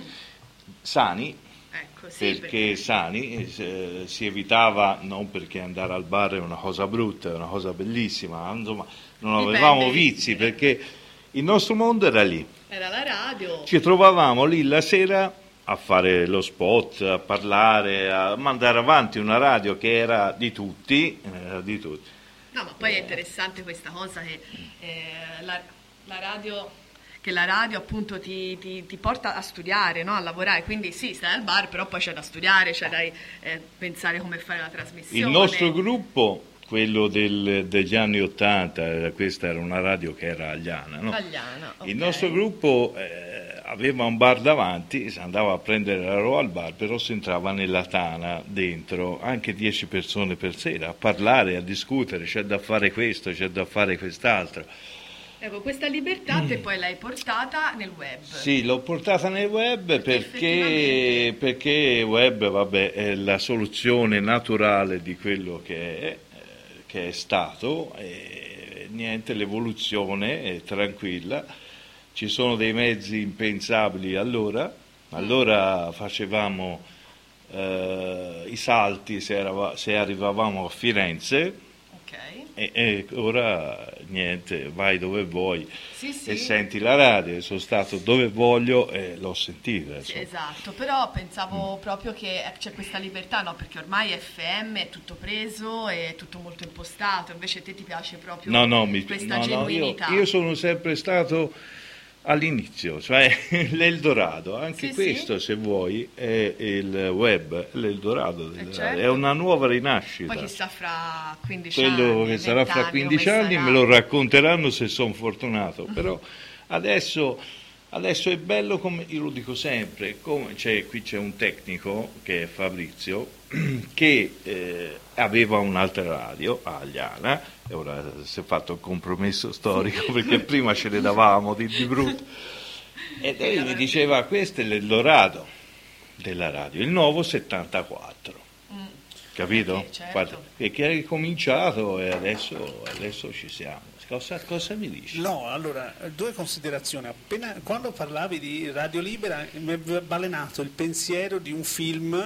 Sani, ecco, sì, perché, perché sani eh, si evitava, non perché andare al bar è una cosa brutta, è una cosa bellissima, insomma non Dipende, avevamo vizi perché il nostro mondo era lì, era la radio, ci trovavamo lì la sera a fare lo spot, a parlare, a mandare avanti una radio che era di tutti, era di tutti. No, ma poi è interessante questa cosa che eh, la, la radio... che la radio appunto ti, ti, ti porta a studiare, no? A lavorare, quindi sì, stai al bar, però poi c'è da studiare, c'è da eh, pensare come fare la trasmissione. Il nostro gruppo, quello del, degli anni Ottanta, questa era una radio che era Agliana, no? Agliana, okay. Il nostro gruppo eh, aveva un bar davanti, si andava a prendere la roba al bar, però si entrava nella tana dentro, anche dieci persone per sera, a parlare, a discutere, c'è da fare questo, c'è da fare quest'altro. Ecco, questa libertà te poi l'hai portata nel web. Sì, l'ho portata nel web perché, perché web, vabbè, è la soluzione naturale di quello che è, che è stato, e niente, l'evoluzione è tranquilla, ci sono dei mezzi impensabili allora, allora facevamo eh, i salti se, era, se arrivavamo a Firenze. E, e ora niente, vai dove vuoi sì, sì. e senti la radio, sono stato dove voglio e l'ho sentita. Sì, esatto, però pensavo mm. proprio che c'è questa libertà, no? Perché ormai F M è tutto preso, è tutto molto impostato, invece a te ti piace proprio no, no, mi, questa no, genuinità. No, io, io sono sempre stato all'inizio, cioè l'Eldorado, anche sì, questo sì. se vuoi è il web, l'Eldorado della eh certo. È una nuova rinascita. Poi chissà fra quindici Quello anni, che sarà fra quindici anni sarà. Me lo racconteranno se sono fortunato, però adesso, adesso è bello, come io lo dico sempre, come c'è, qui c'è un tecnico che è Fabrizio che eh, aveva un'altra radio a Agliana, e ora si è fatto un compromesso storico perché prima ce ne davamo di, di brutto, e lui mi diceva questo è l'Eldorado della radio, il nuovo settantaquattro. Mm. Capito? Okay, certo. Guarda, che è ricominciato e adesso, adesso ci siamo. Cosa, cosa mi dici? No, allora, due considerazioni. Appena quando parlavi di Radio Libera mi è balenato il pensiero di un film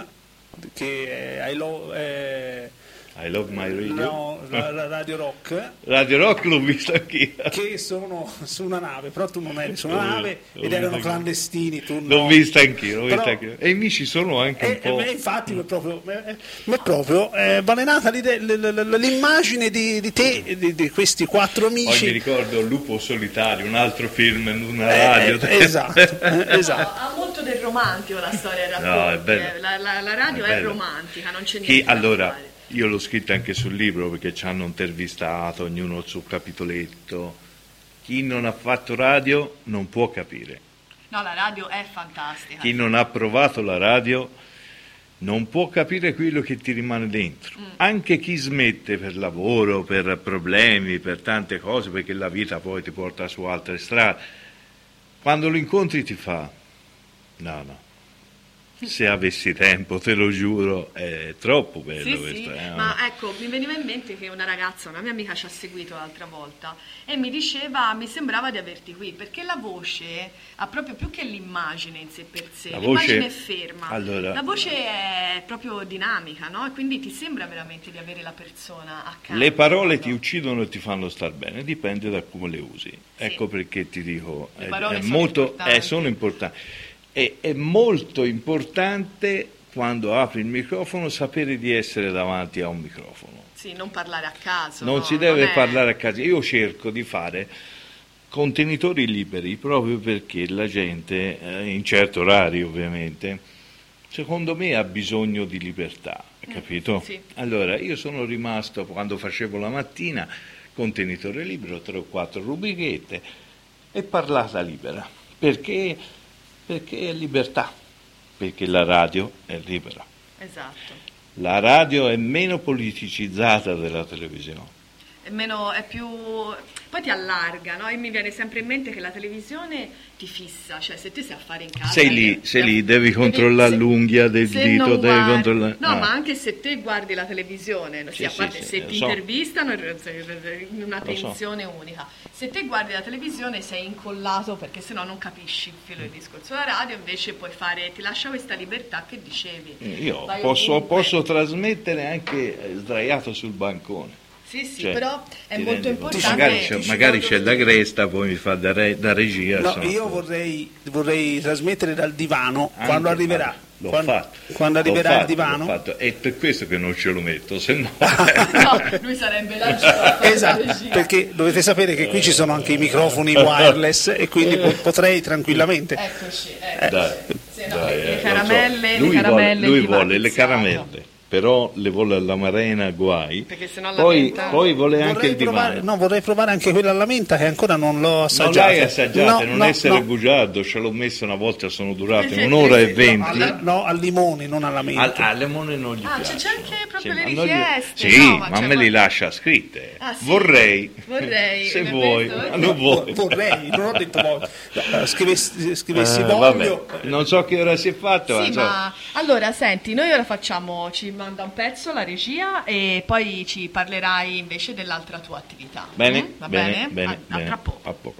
che è I Love, eh, I Love My Radio. No, la, la Radio Rock. Radio Rock l'ho visto anch'io. Che sono su una nave, però tu non eri su una nave ed erano clandestini. Tu l'ho no. vista anch'io, l'ho però, vista anch'io. E mi ci sono anche eh, un po'. Eh, infatti mi è proprio, mi è proprio eh, balenata l'immagine di, di te, di, di questi quattro amici. Poi mi ricordo Lupo Solitario, un altro film in una eh, radio. Eh, esatto, eh, esatto. Ha molto del romantico la storia racconti. No, è bello. La, la, la radio è, è romantica, non c'è niente Chi, da allora, fare. Io l'ho scritto anche sul libro perché ci hanno intervistato, ognuno il suo capitoletto. Chi non ha fatto radio non può capire. No, la radio è fantastica. Chi non ha provato la radio non può capire quello che ti rimane dentro. Mm. Anche chi smette per lavoro, per problemi, per tante cose, perché la vita poi ti porta su altre strade, quando lo incontri ti fa, no, no. Se avessi tempo, te lo giuro, è troppo bello sì, questo. Sì, eh? ma ecco, mi veniva in mente che una ragazza, una mia amica ci ha seguito l'altra volta e mi diceva, mi sembrava di averti qui, perché la voce ha proprio più che l'immagine in sé per sé, la l'immagine voce, è ferma, allora, la voce è proprio dinamica, no? E quindi ti sembra veramente di avere la persona accanto. Le parole no? ti uccidono e ti fanno star bene, dipende da come le usi. Sì. Ecco perché ti dico, le è, parole è sono molto, importanti. Eh, sono importanti. E, è molto importante quando apri il microfono sapere di essere davanti a un microfono. Sì, non parlare a caso. Non no, si deve non è... parlare a caso. Io cerco di fare contenitori liberi proprio perché la gente, eh, in certi orari ovviamente, secondo me ha bisogno di libertà, capito? Mm, sì. Allora, io sono rimasto, quando facevo la mattina, contenitore libero, tre o quattro rubrichette e parlata libera. Perché? Perché è libertà, perché la radio è libera. Esatto. La radio è meno politicizzata della televisione. È meno, è più... poi ti allarga, no? E mi viene sempre in mente che la televisione ti fissa, cioè se tu sei a fare in casa... Sei lì, devi, sei lì, devi controllare se, l'unghia del dito, devi guardi, controllare... No, ah. ma anche se te guardi la televisione, sì, sì, a parte sì, se sì, ti so. intervistano in una tensione so. unica. Se te guardi la televisione sei incollato perché sennò non capisci il filo del discorso. La radio invece puoi fare, ti lascia questa libertà che dicevi. Io posso, posso trasmettere anche sdraiato sul bancone. Sì, sì, cioè, però è molto importante. Magari c'è, magari c'è la cresta, poi mi fa da, re, da regia. No, insomma. io vorrei, vorrei trasmettere dal divano Anche, quando arriverà. L'ho quando, fatto. quando arriverà l'ho fatto, il divano. l'ho fatto. È per questo che non ce lo metto, se no... no, lui sarebbe la esatto, perché dovete sapere che qui ci sono anche i microfoni wireless e quindi po- potrei tranquillamente. Eccoci, eccoci. Dai, sì, no, dai, le eh, caramelle, so. lui le caramelle vuole, lui di vuole le Marziano. caramelle. Però le vuole alla Marena guai, perché sennò la poi, menta... poi vuole anche vorrei il divano. provare, no, vorrei provare anche quella alla menta che ancora non l'ho assaggiata. Non l'hai assaggiata, no, non no, essere no. bugiardo, ce l'ho messo una volta, sono durate Sì, sì, un'ora sì, e sì, venti. No, al, no, al limone, non alla Al, menta. al limone non gli Ah, piace. c'è anche proprio Sì, le ma non gli- richieste. Sì, no, ma, cioè, me li ma- lascia scritte. Ah, sì? Vorrei, Vorrei, se le vuoi, vedo. ma non vuoi. Vorrei, non ho detto voglio. Scrivessi, scrivessi Eh, voglio. vabbè, non so che ora si è fatto. Sì, ma so- ma allora senti, noi ora facciamo, ci manda un pezzo la regia e poi ci parlerai invece dell'altra tua attività. Bene, Mm? Va bene, bene? bene, A, a bene. tra poco. A poco.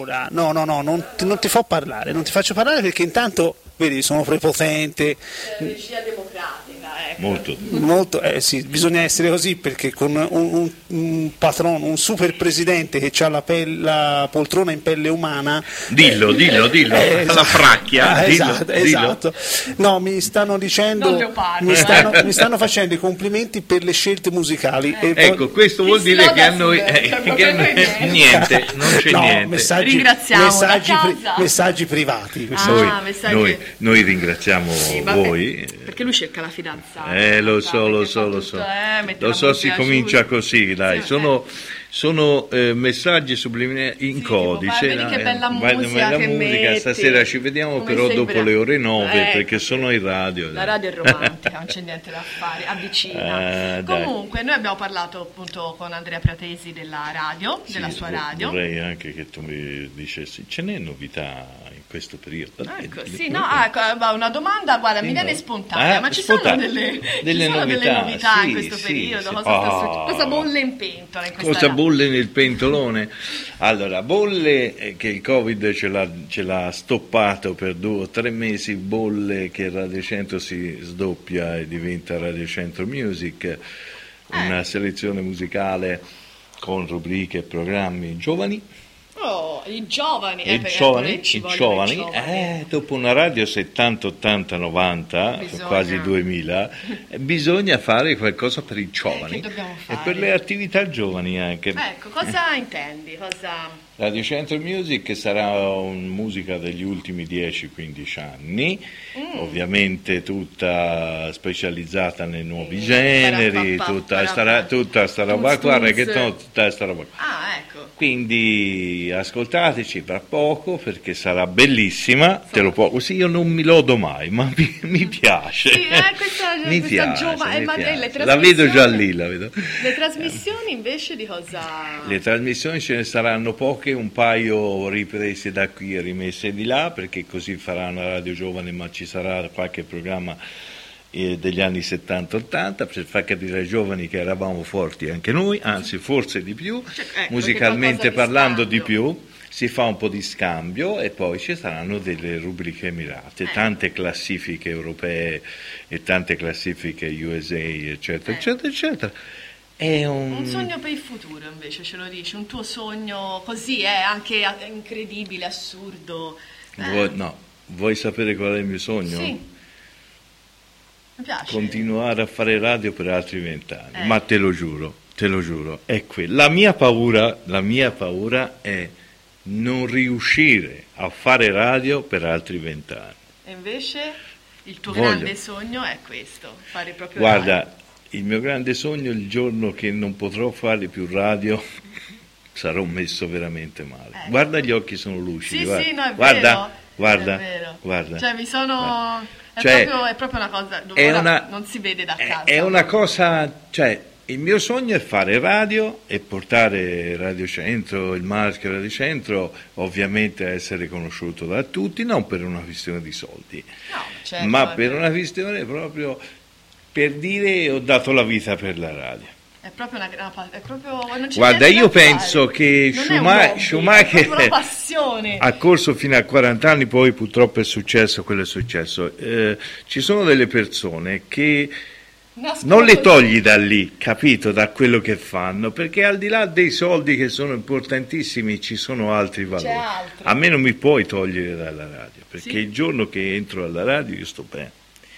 Allora, no, no, no, non ti, non ti fa parlare, non ti faccio parlare perché intanto, vedi, sono prepotente. Regia democratica, ecco. Molto. Molto, eh sì, bisogna essere così perché con un, un, un patrono, un super presidente che ha la, pel- la poltrona in pelle umana. Dillo, eh, dillo, dillo, eh, la fracchia. Ah, dillo, esatto, dillo. esatto. No, mi stanno dicendo, Non leopardo, mi stanno, eh. mi stanno facendo i complimenti per le scelte musicali. E Ecco, questo vuol Chi dire che a slogan, noi cioè, eh, proprio che a noi- niente. niente, non c'è no, niente. messaggi, Ringraziamo messaggi, da pri- casa. messaggi privati. questi. Ah, Noi, messaggi- noi, noi ringraziamo Sì, vabbè, voi. perché lui cerca la fidanzata. Eh, lo so, lo perché so, fa lo tutto, so. eh, mette Lo la so, si musica comincia giusta. così, dai. Sì, Sono, sono eh, messaggi subliminali in Sì, tipo, codice. vai, vedi che eh, bella vai- musica bella che musica. metti. Stasera ci vediamo, Come però sei dopo bra- le ore nove, Ecco. perché sono in radio. La dai. radio è romantica, non c'è niente da fare, avvicina. Ah, dai. Comunque, noi abbiamo parlato appunto con Andrea Pratesi della radio, della Sì, sua vo- radio. Vorrei anche che tu mi dicessi, ce n'è novità in questo periodo? Dai, Ecco, di- sì, di- no, ah, ecco, va, una domanda, guarda, Sì, mi viene no. spontanea, Ah, ma ci spontanea. sono delle, Delle ci sono novità, delle novità sì, in questo sì, periodo? sì. Cosa, sta Ah. succedendo? Cosa bolle in pentola in questa Cosa radio? bolle nel pentolone? Allora, bolle eh, che il Covid ce l'ha, ce l'ha stoppato per due o tre mesi, bolle che Radio Centro si sdoppia e diventa Radio Centro Music, una Eh. selezione musicale con rubriche e programmi giovani. Oh, i giovani, eh, I perché giovani, poi ci i vogliono giovani, i giovani. eh, dopo una radio settanta, ottanta, novanta, Bisogna- quasi duemila, eh, bisogna fare qualcosa per i giovani che dobbiamo e fare? per le attività giovani anche. Ecco, cosa intendi? Cosa... Radio Centro Music sarà un musica degli ultimi dieci quindici anni, Mm. ovviamente tutta specializzata nei nuovi Mm, generi, parapapà, tutta parapà. sta, tutta sta roba Tunz, qua, tunz. reggaeton, tutta sta roba qua. Ah, ecco. Quindi ascoltateci tra poco perché sarà bellissima, te lo può, così io non mi lodo mai, ma mi, mi piace. Sì, eh, questa, mi questa piace, giovane, mi ma piace. le La vedo già trasmissioni- lì, la vedo. Le trasmissioni invece di cosa... Le trasmissioni ce ne saranno poche, un paio riprese da qui e rimesse di là, perché così farà una radio giovane, ma ci sarà qualche programma eh, degli anni settanta ottanta per far capire ai giovani che eravamo forti anche noi, anzi forse di più, Cioè, ecco, musicalmente che qualcosa di parlando di scambio. più. Si fa un po' di scambio e poi ci saranno delle rubriche mirate, Eh. tante classifiche europee e tante classifiche U S A, eccetera, Eh. eccetera, eccetera. È un... Un sogno per il futuro invece ce lo dici, un tuo sogno così, eh, anche a- incredibile, assurdo. Eh, Vuoi, no, vuoi sapere qual è il mio sogno? Sì. Mi piace. Continuare a fare radio per altri vent'anni, Eh. ma te lo giuro, te lo giuro, è quello. La mia paura, la mia paura è non riuscire a fare radio per altri vent'anni. E invece il tuo Voglio. grande sogno è questo, fare proprio Guarda, radio. il mio grande sogno il giorno che non potrò fare più radio sarò messo veramente male. Ecco. Guarda, gli occhi sono lucidi. Sì, guarda. sì, no, è guarda, vero. guarda, è vero. guarda. Cioè, mi sono... È, Cioè, proprio, è proprio una cosa dove è ora una- non si vede da È, casa. è una cosa, cioè, il mio sogno è fare radio e portare Radio Centro, il marchio Radio Centro, ovviamente a essere conosciuto da tutti, non per una questione di soldi, No, certo, ma è per vero. una questione proprio per dire ho dato la vita per la radio. È proprio una, una pa- è proprio, non c'è Guarda, niente io da fare. penso che Non è un Schumacher, hobby, Schumacher è proprio una passione. ha corso fino a quaranta anni, poi purtroppo è successo quello è successo. Eh, ci sono delle persone che Nascono non le così. togli da lì, capito, da quello che fanno, perché al di là dei soldi che sono importantissimi ci sono altri valori. altro. A me non mi puoi togliere dalla radio, perché Sì. il giorno che entro alla radio io sto bene,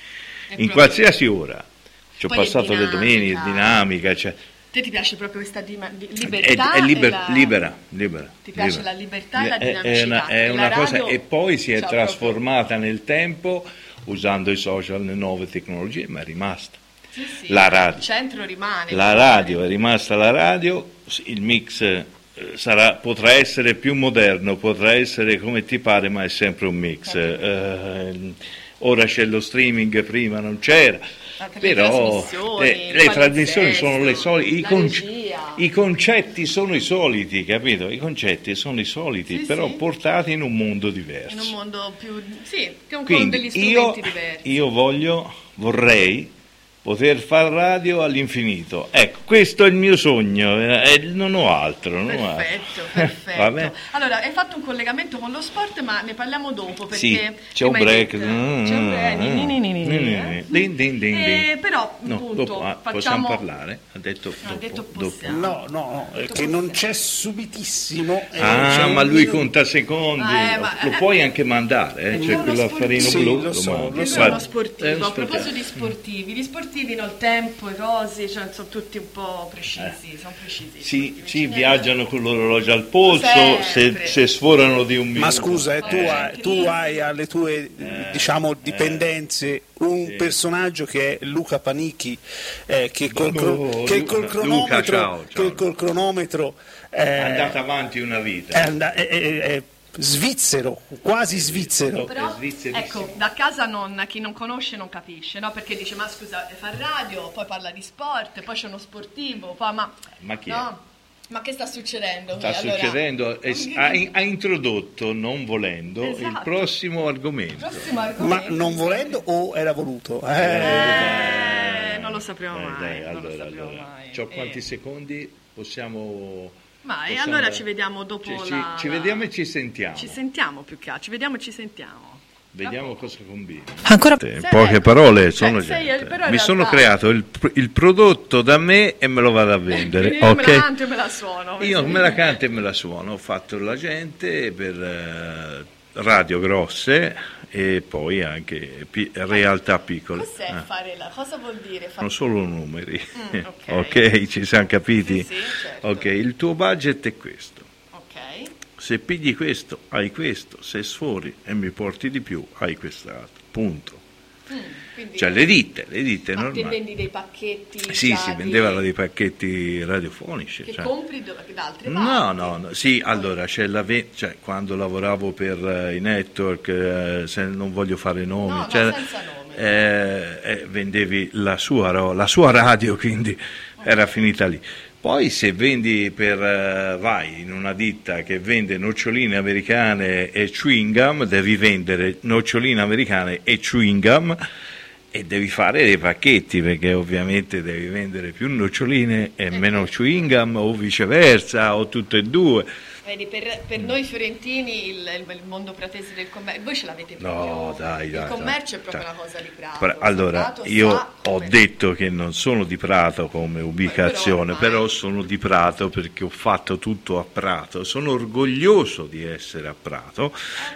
È in proprio- qualsiasi ora. Ci ho Poi è passato le domenica, dinamica. dinamica, cioè, Te ti piace proprio questa dima- di- è, libertà? è liber- e la- libera, libera. Ti piace libera. la libertà e la È- È una, dinamicità. è E una la cosa, radio e poi si è c'ha trasformata nel tempo usando i social, le nuove tecnologie, ma è rimasta. proprio- sì, sì, la radio. Il centro rimane. La radio è rimasta la radio, il mix eh, sarà, potrà essere più moderno, potrà essere come ti pare, ma è sempre un mix. Eh, ora c'è lo streaming, prima non c'era. Anche le Però trasmissioni, eh, il le trasmissioni palinsesto, sono le solite, i, la conce- regia. i concetti sono i soliti, capito? I concetti sono i soliti, Sì, però sì. portati in un mondo diverso. In un mondo più... Sì, con, con Quindi degli io, strumenti diversi. io voglio, vorrei poter far radio all'infinito. Ecco, questo è il mio sogno, eh, non ho altro. Non perfetto, ho altro. perfetto. Vabbè. Allora, hai fatto un collegamento con lo sport, ma ne parliamo dopo, perché Sì, c'è un break. Detto, mm, c'è un break. Ni, ni, ni, ni, ni. Din, din, din, Eh, din. però, No, appunto, dopo, ah, facciamo... possiamo parlare? Ha detto Ha dopo. detto dopo. possiamo. No, no, no, è che non c'è subitissimo. eh, Ah, c'è ma un lui minuto. conta secondi, Ah, eh, ma- lo puoi anche mandare, eh? È C'è uno quell'affarino sportivo. blu. Sì, lo so, mando. lo Lui so. è Guarda, uno sportivo. è uno A proposito sportivo. di sportivi, gli sportivi nel tempo, i cosi, cioè, sono tutti un po' precisi, sono precisi. Sì, sì, viaggiano con l'orologio al polso, se, Sempre. se sforano di un minuto. Ma scusa, eh, tu, Eh. hai, tu hai alle tue diciamo dipendenze un Sì. personaggio che è Luca Panicchi, eh, che, col, No, cro- che Luca- col cronometro, Luca, ciao, ciao. che col cronometro eh, È andata avanti una è, vita. and- è- è- è svizzero, quasi svizzero. Però, È svizzerissimo. ecco, da casa non, chi non conosce non capisce, no? Perché dice, ma scusa, fa radio, poi parla di sport, poi c'è uno sportivo, poi, ma... Ma chi è? no? Ma che sta succedendo? Sta Allora- succedendo, eh, ha, ha introdotto, non volendo, il Esatto. prossimo argomento. Prossimo Ma argomento. non volendo o era voluto? Eh, Eh, non lo sapremo Eh, mai, dai, non allora, lo sapremo allora. mai. C'ho Eh. quanti secondi? Possiamo... Ma e possiamo- allora ci vediamo dopo Ci, ci- la- ci la- vediamo e ci sentiamo. Ci sentiamo più che altro, ci vediamo e ci sentiamo. Vediamo cosa combina. Ancora In poche parole sono sei- gente. però in Mi sono realtà- creato il, pr- il prodotto da me e me lo vado a vendere. Io me la ok? canto e me la suono. Io me la canto e me la suono. Ho fatto l'agente per eh, radio grosse e poi anche pi- realtà piccole. Cos'è Ah, fare la... Cosa vuol dire fare... sono solo numeri. Mm, ok. ok, ci siamo capiti? Sì, sì, certo. Ok, il tuo budget è questo. Ok. Se pigli questo, hai questo, se sfori e mi porti di più, hai quest'altro. Punto. Mm, quindi... Cioè le ditte, le ditte Ma te normali. vendi dei pacchetti Sì, già si di- vendevano dei pacchetti radiofonici. che cioè. compri do- da altre No, parti. no, no, sì, allora c'è la ve- cioè, quando lavoravo per eh, i network, eh, se non voglio fare nomi, No, no, cioè, senza nome. eh, eh, vendevi la sua, ro- la sua radio, quindi era finita lì. Poi se vendi per, eh, vai in una ditta che vende noccioline americane e chewing gum, devi vendere noccioline americane e chewing gum e devi fare dei pacchetti, perché ovviamente devi vendere più noccioline e meno chewing gum, o viceversa, o tutte e due. Vedi, per, per noi fiorentini il, il- il mondo pratese del commercio, voi ce l'avete proprio. No, dai, dai. Il commercio dai, è proprio dai. una cosa di Prato. Pra- Allora, Prato io sa ho come- detto che non sono di Prato come ubicazione, Però però, ormai- sono di Prato perché ho fatto tutto a Prato. Sono orgoglioso di essere a Prato,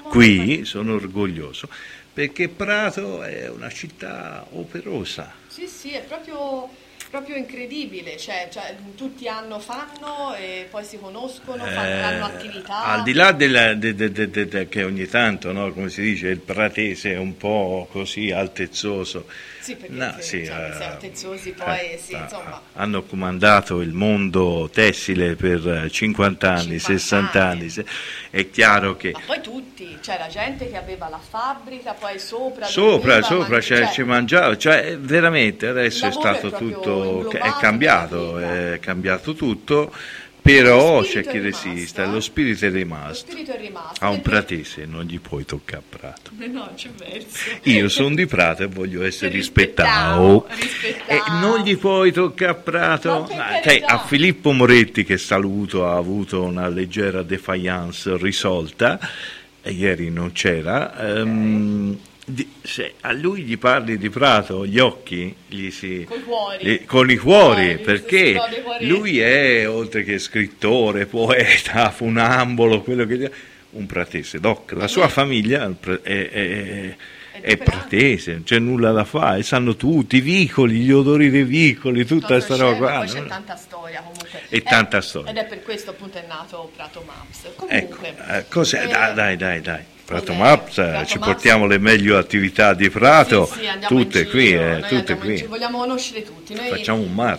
qui sono orgoglioso, perché Prato è una città operosa. Sì, sì, è proprio, proprio incredibile, cioè, cioè, tutti hanno, fanno e poi si conoscono, fanno, Eh, hanno attività. Al di là della, de- de- de- de- de- che ogni tanto, no, come si dice, il pratese è un po' così altezzoso. Sì, perché No, se- sì, cioè, eh, se altezzosi poi, eh, sì, ah, insomma. hanno comandato il mondo tessile per eh, cinquanta anni, cinquanta sessanta anni. anni. se- È chiaro che Ma poi tutti, c'è la gente che aveva la fabbrica, poi sopra... sopra, dormiva, sopra ma- c'è, cioè, ci mangiava, cioè veramente adesso Il è lavoro è stato proprio tutto, è inglobato cambiato, nella vita. è cambiato tutto, però Lo c'è spirito chi è rimasto, resiste, eh? lo spirito è Lo rimasto. spirito è rimasto. A un perché- pratese non gli puoi toccare Prato. Eh no, c'è verso. Io sono di Prato e voglio essere Rispettavo, rispettato. rispettavo. E non gli puoi toccare Prato. Ma per Ah, carità. sai, a Filippo Moretti, che saluto, ha avuto una leggera defiance risolta, e ieri non c'era. ehm, di- se a lui gli parli di Prato, gli occhi gli si... Coi cuori. gli- con i cuori, Cuori, si perché esplode i cuori. lui è, oltre che scrittore, poeta, funambolo, quello che... un pratese, doc. La sua famiglia è, è- è- è pratese, non c'è nulla da fare, sanno tutti, i vicoli, gli odori dei vicoli, tutta Cosa questa c'è, roba ma qua. poi c'è no? tanta storia comunque. E Eh, tanta storia. Ed è per questo appunto è nato Prato Maps. Ecco, Comunque. eh, cos'è? eh, Dai, dai, dai, dai. Prato cos'è? Maps, eh, Prato ci Maps. portiamo le meglio attività di Prato, sì, sì, andiamo tutte in qui, giro, eh, noi tutte andiamo in qui. giro, vogliamo conoscere tutti. Noi, Facciamo un marchio. Sì,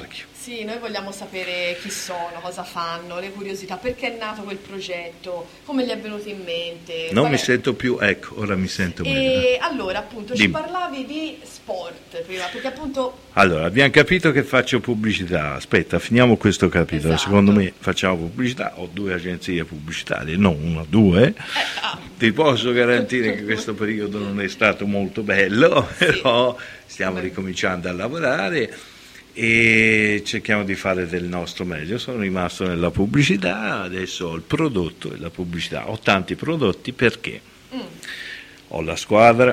Sì, noi vogliamo sapere chi sono, cosa fanno, le curiosità, perché è nato quel progetto, come gli è venuto in mente. Non mi è... sento più, ecco, ora mi sento e meglio. E allora, appunto, Dimmi. ci parlavi di sport prima, perché appunto... Allora, abbiamo capito che faccio pubblicità. Aspetta, finiamo questo capitolo. Esatto. Secondo me facciamo pubblicità. Ho due agenzie pubblicitarie, non una, due. Eh, ah. Ti posso garantire che questo periodo non è stato molto bello, Sì. però stiamo Come... ricominciando a lavorare e cerchiamo di fare del nostro meglio. Sono rimasto nella pubblicità, adesso ho il prodotto e la pubblicità. Ho tanti prodotti perché Mm. ho la squadra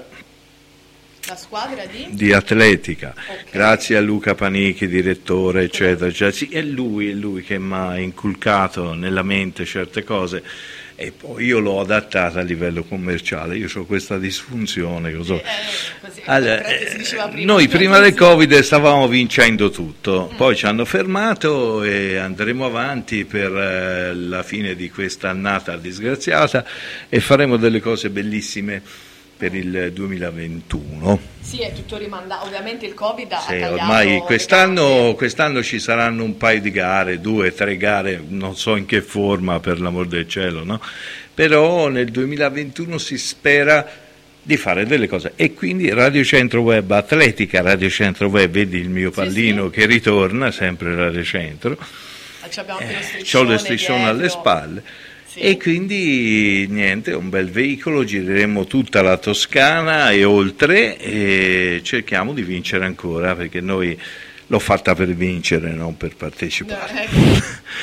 La squadra di? di atletica, Okay. grazie a Luca Panichi, direttore, eccetera, eccetera. Sì, è lui, è lui che mi ha inculcato nella mente certe cose e poi io l'ho adattata a livello commerciale. Io ho questa disfunzione, cosa Eh, così, allora, eh, si diceva prima. noi prima del Covid stavamo vincendo tutto, Mm. poi ci hanno fermato e andremo avanti per eh, la fine di questa annata disgraziata e faremo delle cose bellissime per il duemilaventuno. Sì, è tutto rimandato, ovviamente il Covid ha Sì, tagliato ormai le quest'anno, gambe. quest'anno ci saranno un paio di gare, due, tre gare, non so in che forma per l'amor del cielo, no? Però nel duemilaventuno si spera di fare delle cose e quindi Radio Centro Web Atletica, Radio Centro Web, vedi il mio pallino sì. che ritorna, sempre Radio Centro, Ci abbiamo anche lo eh, striscione c'ho lo striscione dietro. alle spalle. Sì. E quindi niente, un bel veicolo, gireremo tutta la Toscana e oltre e cerchiamo di vincere ancora perché noi l'ho fatta per vincere, non per partecipare. No, ecco.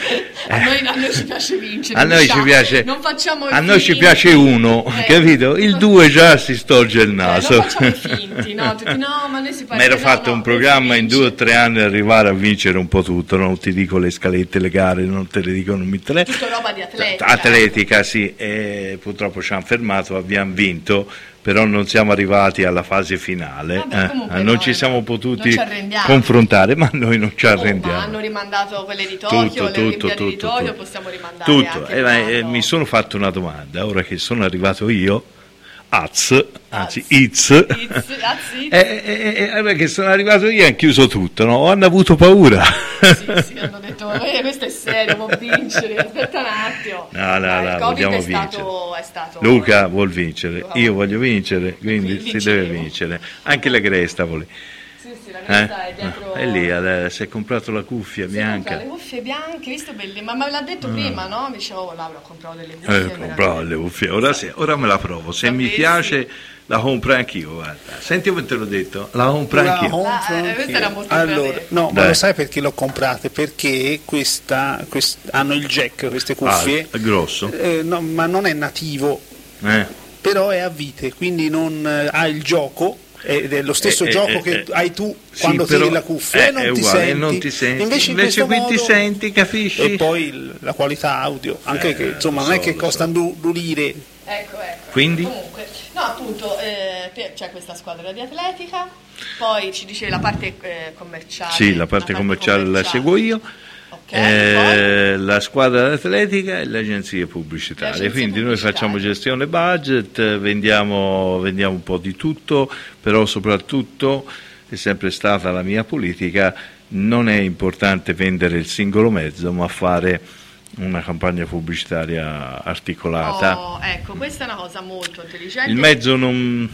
a, noi, a noi ci piace vincere, A noi diciamo. ci piace, non facciamo i a noi ci finti. piace uno, Eh, capito? Il due già si storge il naso. Eh, non facciamo i finti, no? Tutti, no, ma noi si parla. Mi ero no, fatto no, un programma si in vince. due o tre anni arrivare a vincere un po' tutto, non ti dico le scalette, le gare, non te le dico, non mi tre. Tutto roba di atletica. Atletica, sì, e purtroppo ci hanno fermato, abbiamo vinto, però non siamo arrivati alla fase finale, Vabbè, comunque eh, no, non ci eh, siamo non potuti ci arrendiamo. confrontare, ma noi non ci Oh, arrendiamo. ma hanno rimandato quelle di Tokyo, Tutto, le tutto, Olimpiadi di tutto, Tokyo, tutto. possiamo rimandare Tutto, anche eh, il ma, eh, anno. mi sono fatto una domanda, ora che sono arrivato io, Az, anzi Az. Iz, Iz, Az, Iz. eh, eh, eh, perché sono arrivato io e hanno chiuso tutto, no? Hanno avuto paura. Sì, sì, hanno detto, eh, questo è serio, può vincere, aspetta un attimo. No, no, Dai, no, il Covid vogliamo è stato, è stato... Luca vuol vincere, io voglio vincere, quindi Quindi si deve vinceremo. vincere. Anche la Cresta vuole. Sì, sì, la Eh? cresta è dietro... È lì, adesso, si è comprato la cuffia Si bianca. compra le cuffie bianche, visto belle, ma me l'ha detto prima, no? Mi dicevo, oh, Laura, ho comprato delle cuffie. Eh, meravigliose. compravo le cuffie, ora, sì, ora me la provo, se mi Sapessi. piace la compro anch'io, guarda. Senti come te l'ho detto, la compro La anch'io. compro Ah, eh, anch'io. questa era molto allora, bella. no, ma Dai. lo sai perché l'ho comprate? Perché questa, quest- hanno il jack, queste cuffie, Ah, è grosso. eh, no, ma non è nativo, Eh. però è a vite, quindi non eh, ha il gioco, ed è lo stesso Eh, gioco eh, che eh, hai tu sì, quando però- tiri la cuffia eh, e non, è ti uguale, senti. non ti senti. Invece, in Invece questo qui ti modo- senti, capisci? E poi il- la qualità audio, anche Eh, che insomma lo non è so, che lo costa so. due du lire. Ecco, ecco. Quindi? Comunque, no, appunto, eh, per- c'è questa squadra di atletica, poi ci dicevi la parte eh, commerciale. Sì, la parte commerciale la seguo io. Ok, Eh, la squadra atletica e le agenzie pubblicitarie, Le agenzie quindi noi facciamo pubblicitarie. gestione budget, eh, vendiamo, vendiamo un po' di tutto, però soprattutto è sempre stata la mia politica, non è importante vendere il singolo mezzo ma fare una campagna pubblicitaria articolata. Oh, ecco, questa è una cosa molto intelligente. Il mezzo non,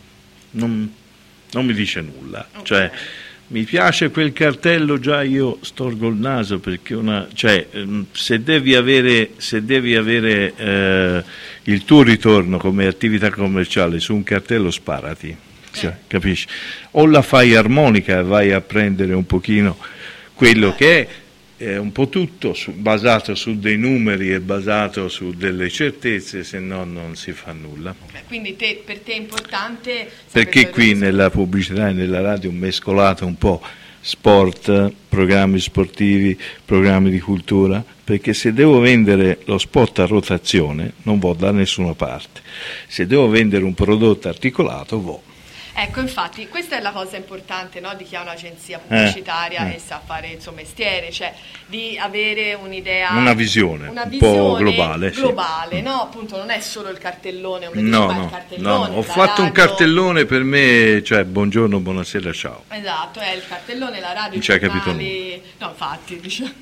non, non mi dice nulla, Ok. cioè mi piace quel cartello, già io storgo il naso perché una, cioè, ehm, se devi avere, se devi avere eh, il tuo ritorno come attività commerciale su un cartello, sparati, cioè, capisci? O la fai armonica e vai a prendere un pochino quello che è, è un po' tutto su, basato su dei numeri e basato su delle certezze, se no non si fa nulla. Ok, quindi te- per te è importante... Perché sapere qui dove- nella pubblicità e nella radio mescolato un po' sport, programmi sportivi, programmi di cultura, perché se devo vendere lo spot a rotazione non vado da nessuna parte, se devo vendere un prodotto articolato vo'. Ecco, infatti, questa è la cosa importante, no, di chi ha un'agenzia pubblicitaria eh, e sa fare il suo mestiere, cioè di avere un'idea, una visione, una un visione po' globale, globale, sì. no? Appunto, non è solo il cartellone, un No, ma no, il cartellone, no, ho la fatto un radio- cartellone per me, cioè buongiorno, buonasera, ciao. Esatto, è il cartellone, la radio, Non ci hai i capito giornali. No, infatti, dice.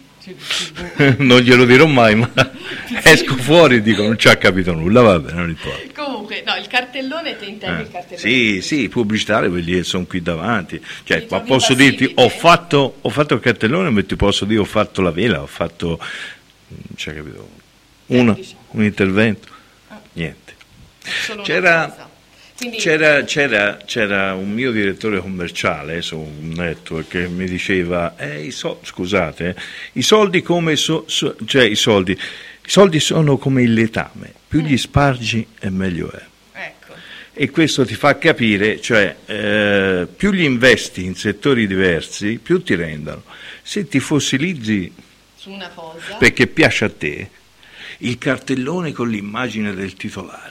Non glielo dirò mai, ma esco fuori e dico non ci ha capito nulla, vabbè, non importa. Comunque, no, il cartellone, te intendi Eh, il cartellone? sì, sì, pubblicitario, quelli che sono qui davanti. Cioè, Quindi ma trovi posso basiliche? dirti, ho fatto, ho fatto il cartellone, ma ti posso dire, ho fatto la vela, ho fatto, non ci hai capito, una, dici. un intervento, niente. Solo una C'era, cosa. Quindi, c'era, c'era, c'era un mio direttore commerciale su un network che mi diceva, eh, i so- scusate, eh, i soldi come so- so- cioè i soldi, i soldi sono come il letame, più gli spargi e meglio è. ecco, E questo ti fa capire, cioè eh, più gli investi in settori diversi, più ti rendono. Se ti fossilizzi su una cosa. perché piace a te, il cartellone con l'immagine del titolare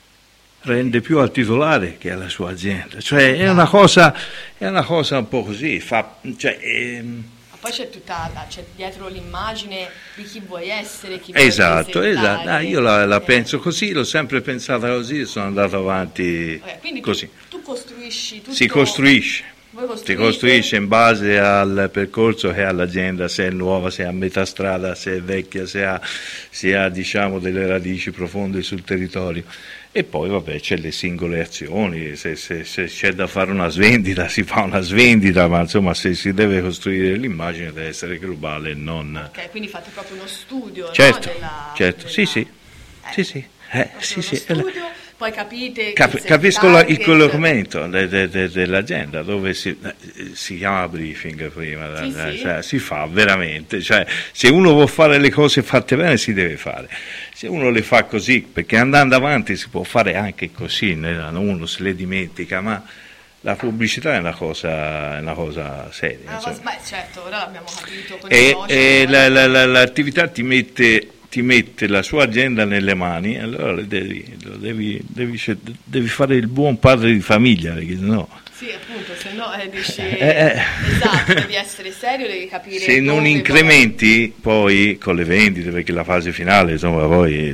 rende più al titolare che alla sua azienda. Cioè è una cosa, è una cosa un po' così, fa, cioè, ehm, Ma poi c'è tutta la, c'è dietro l'immagine di chi vuoi essere, chi vuoi esatto, presentare. esatto. Ah, io la, la Eh, penso così, l'ho sempre pensata così, sono andato avanti vabbè, quindi tu- così. Tu, costruisci tutto. Si costruisce. Voi Si costruite- costruisce in base al percorso che ha l'azienda, se è nuova, se è a metà strada, se è vecchia, se ha, se ha diciamo, delle radici profonde sul territorio. E poi vabbè c'è le singole azioni, se, se, se c'è da fare una svendita si fa una svendita, ma insomma se si deve costruire l'immagine deve essere globale e non... Ok, quindi fate proprio uno studio, Certo, no? della, certo, della- sì sì, eh, sì sì, eh, proprio sì, uno sì. studio, poi capite Cap- che se capisco la- il target- collocamento de- de- de- dell'azienda dove si, eh, si chiama briefing prima, Sì, eh, sì. cioè, si fa veramente, cioè, se uno vuole fare le cose fatte bene si deve fare, se uno le fa così, perché andando avanti si può fare anche così, né? Uno se le dimentica, ma la pubblicità è una cosa, è una cosa seria. È una cosa- insomma. beh, certo, ora l'abbiamo capito con i E, social, e eh. la- la- la- l'attività ti mette, ti mette la sua azienda nelle mani, allora le devi, lo devi, devi, devi fare il buon padre di famiglia, perché sennò Sì, appunto, se no eh, dici Eh, eh. esatto, devi essere serio, devi capire se non dove incrementi poi con le vendite, perché la fase finale insomma poi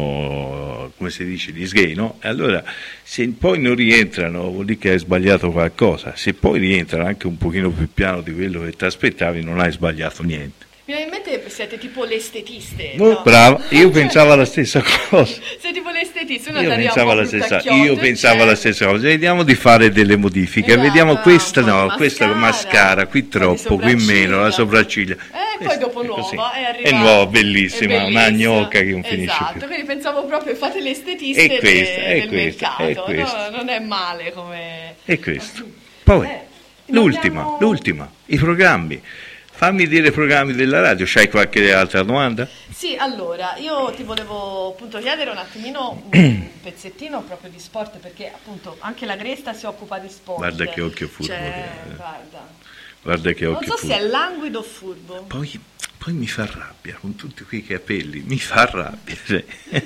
sono, come si dice, gli sgay, no? E allora se poi non rientrano vuol dire che hai sbagliato qualcosa, se poi rientrano anche un pochino più piano di quello che ti aspettavi non hai sbagliato niente. Mi viene in mente siete tipo le estetiste, Oh, no? brava, io pensavo alla stessa cosa. Siete tipo le estetiste, una Io arriva pensavo un po' alla più stessa, tacchiotto, io pensavo alla eccetera. stessa cosa. Vediamo di fare delle modifiche. Esatto, Vediamo un questa, po' di no, questa mascara, mascara, qui un po' di troppo, qui meno, la sopracciglia. sopracciglia. Eh, poi Questo dopo è così. nuova è arrivata. È nuova, è bellissima, una bellissima. gnocca che non finisce Esatto, più. quindi pensavo proprio fate le estetiste È questa, de- è del questa, è mercato, questa. no, non è male come... E questo. Poi, Eh, l'ultima, abbiamo- l'ultima, i programmi. Fammi dire i programmi della radio, c'hai qualche altra domanda? Sì, allora, io ti volevo appunto chiedere un attimino un pezzettino proprio di sport, perché appunto anche la Gresta si occupa di sport. Guarda che occhio furbo Cioè, che è. guarda. Guarda che Non occhio so se furbo. è languido o furbo. Poi, poi mi fa rabbia, con tutti quei capelli, mi fa rabbia. Cioè.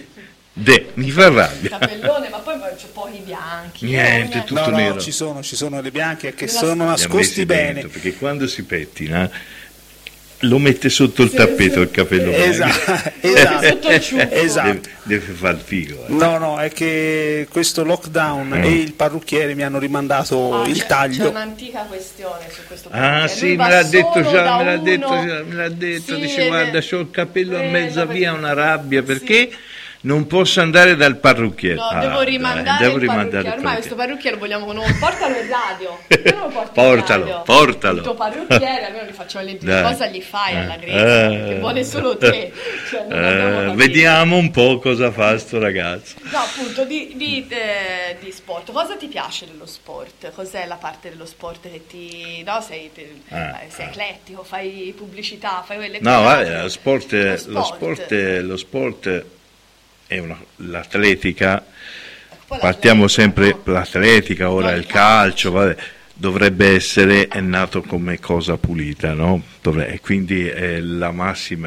De, mi fa rabbia. Capellone, ma poi c'è pochi bianchi. Niente, eh, tutto No, no, nero. ci sono, ci sono le bianche che Della- sono Li ha nascosti messi bene. dentro, perché quando si pettina lo mette sotto il Sì, tappeto sì. il capello bianco. Esatto, esatto. Sotto il ciuffo. Esatto. Deve, deve far il figo. eh. No, no, è che questo lockdown Mm. e il parrucchiere mi hanno rimandato Ah, il c'è- C'è taglio. un'antica questione su questo punto. Ah Lui sì, va me l'ha detto solo già, da me l'ha uno- detto, già, me l'ha detto, Sì, dice ed- guarda, c'ho il capello a Eh, mezza no, via, perché- una rabbia, sì. perché non posso andare dal parrucchiere. No, Ah, devo dai, rimandare devo il rimandare parrucchiere. il Ormai questo parrucchiere. parrucchiere vogliamo conoscere. Portalo in radio. Io non lo porto in Portalo, radio. portalo. Il tuo parrucchiere, almeno gli facciamo le Dai. cosa gli fai Eh. alla Greta? Eh. Che vuole solo te. Cioè, non abbiamo Eh, capito. vediamo un po' cosa fa sto ragazzo. No, appunto, di, di, eh, di sport. Cosa ti piace dello sport? Cos'è la parte dello sport che ti... No, sei, te- Ah, eh, sei ah. eclettico, fai pubblicità, fai quelle No, cose. guarda, lo sport, lo sport, lo sport è una, l'atletica, Poi partiamo l'atletica, sempre, no? l'atletica, ora Poi il il calcio, vabbè, dovrebbe essere, è nato come cosa pulita, no? Dovre- e quindi è la massima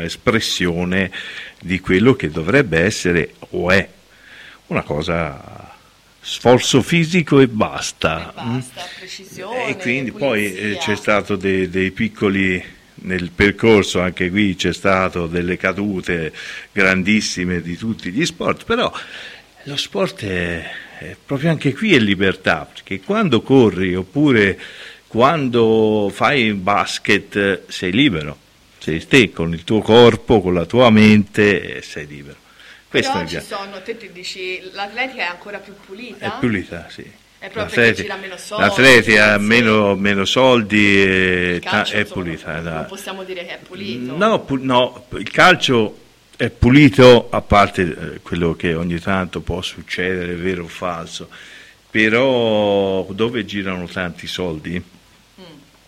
espressione di quello che dovrebbe essere o è una cosa sforzo fisico e basta. E basta, precisione, e quindi pulizia. Poi eh, c'è stato dei, dei piccoli, nel percorso anche qui c'è stato delle cadute grandissime di tutti gli sport, però lo sport è, è proprio anche qui è libertà, perché quando corri oppure quando fai basket sei libero, sei te con il tuo corpo, con la tua mente, sei libero. Questo Però mi ci piace. sono, te ti dici, l'atletica è ancora più pulita? È pulita, sì. È proprio L'atletica, che gira meno soldi. l'atletica ha sì. meno, meno soldi e Il calcio, è insomma, pulita. Non, da. non possiamo dire che è pulito. No, pu- no, il calcio è pulito, a parte eh, quello che ogni tanto può succedere, vero o falso, però dove girano tanti soldi? Mm.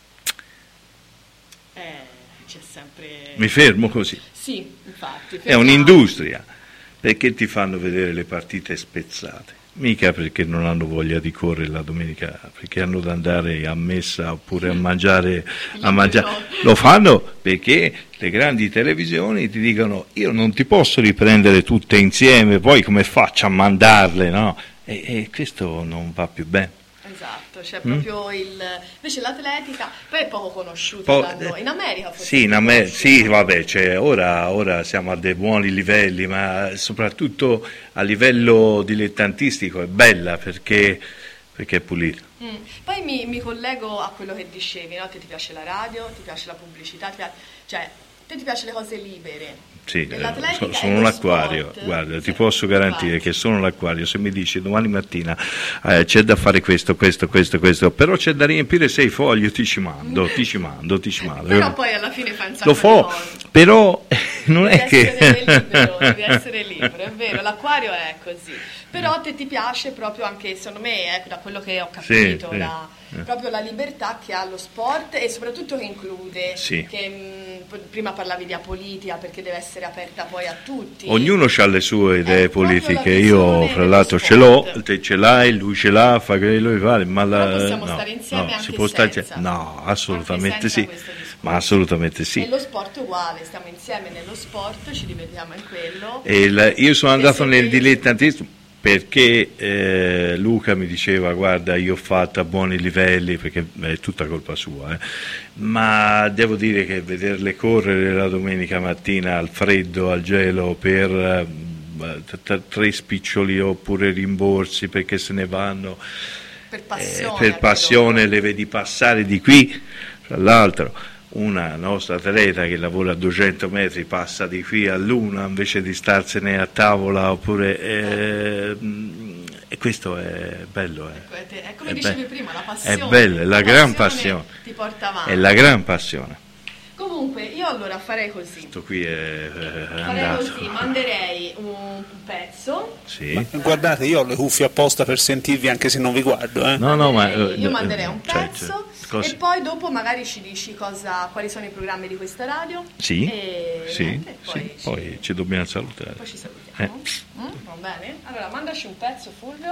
Eh, c'è sempre... Mi fermo così. Sì, infatti. È fermiamo. un'industria, perché ti fanno vedere le partite spezzate. Mica perché non hanno voglia di correre la domenica, perché hanno da andare a messa oppure a mangiare, a mangiare. Lo fanno perché le grandi televisioni ti dicono io non ti posso riprendere tutte insieme, poi come faccio a mandarle, no? E, e questo non va più bene. Esatto, c'è proprio mm. il... Invece l'atletica poi è poco conosciuta Po- da noi. In America forse sì, in Amer- sì, vabbè, cioè, ora, ora siamo a dei buoni livelli, ma soprattutto a livello dilettantistico è bella perché, perché è pulita. Mm. Poi mi, mi collego a quello che dicevi, no? Te ti piace la radio, ti piace la pubblicità, ti piace... cioè te ti piace le cose libere. Sì, eh, so, è sono l'acquario, sport. guarda, Sì, ti posso garantire infatti. che sono l'acquario. Se mi dici domani mattina eh, c'è da fare questo, questo, questo, questo, però c'è da riempire sei fogli, io ti ci mando, ti ci mando, ti ci mando. Però poi alla fine fai un sacco Lo di fo, cose. però eh, non devi è che... essere libero, devi essere libero, è vero, l'acquario è così. Però a te ti piace proprio anche, secondo me, ecco, da quello che ho capito, sì, la, sì. proprio la libertà che ha lo sport e soprattutto che include, sì. che mh, prima parlavi di apolitica perché deve essere aperta poi a tutti. Ognuno ha le sue idee È politiche, io fra l'altro ce l'ho, te ce l'hai, lui ce l'ha, fa quello che fare, ma la, però possiamo no, stare insieme no, anche si può senza. stare, no, assolutamente Anche senza sì, questo discorso. ma assolutamente sì. E lo sport è uguale, stiamo insieme nello sport, ci divertiamo in quello. E il, io sono andato nel sempre... dilettantismo perché eh, Luca mi diceva guarda io ho fatto a buoni livelli, perché è tutta colpa sua, eh. Ma devo dire che vederle correre la domenica mattina al freddo, al gelo per eh, t- tre spiccioli oppure rimborsi perché se ne vanno per passione, eh, per passione le vedi passare di qui, tra l'altro una nostra atleta che lavora a duecento metri passa di qui all'una invece di starsene a tavola oppure eh, e questo è bello, eh. è come è dicevi be- prima, la passione è bello, è la, la gran passione passione ti porta avanti. È la gran passione. Comunque io allora farei così, questo qui è, è farei andato così, manderei un, un pezzo. sì. Ma guardate, io ho le cuffie apposta per sentirvi anche se non vi guardo, eh. no no ma io eh, manderei un cioè, pezzo cioè, cosa- e poi dopo magari ci dici cosa, quali sono i programmi di questa radio. sì, e sì, niente, sì, poi, poi ci, ci dobbiamo salutare. poi ci salutiamo. Eh. Mm, va bene? Allora mandaci un pezzo, Fulvio.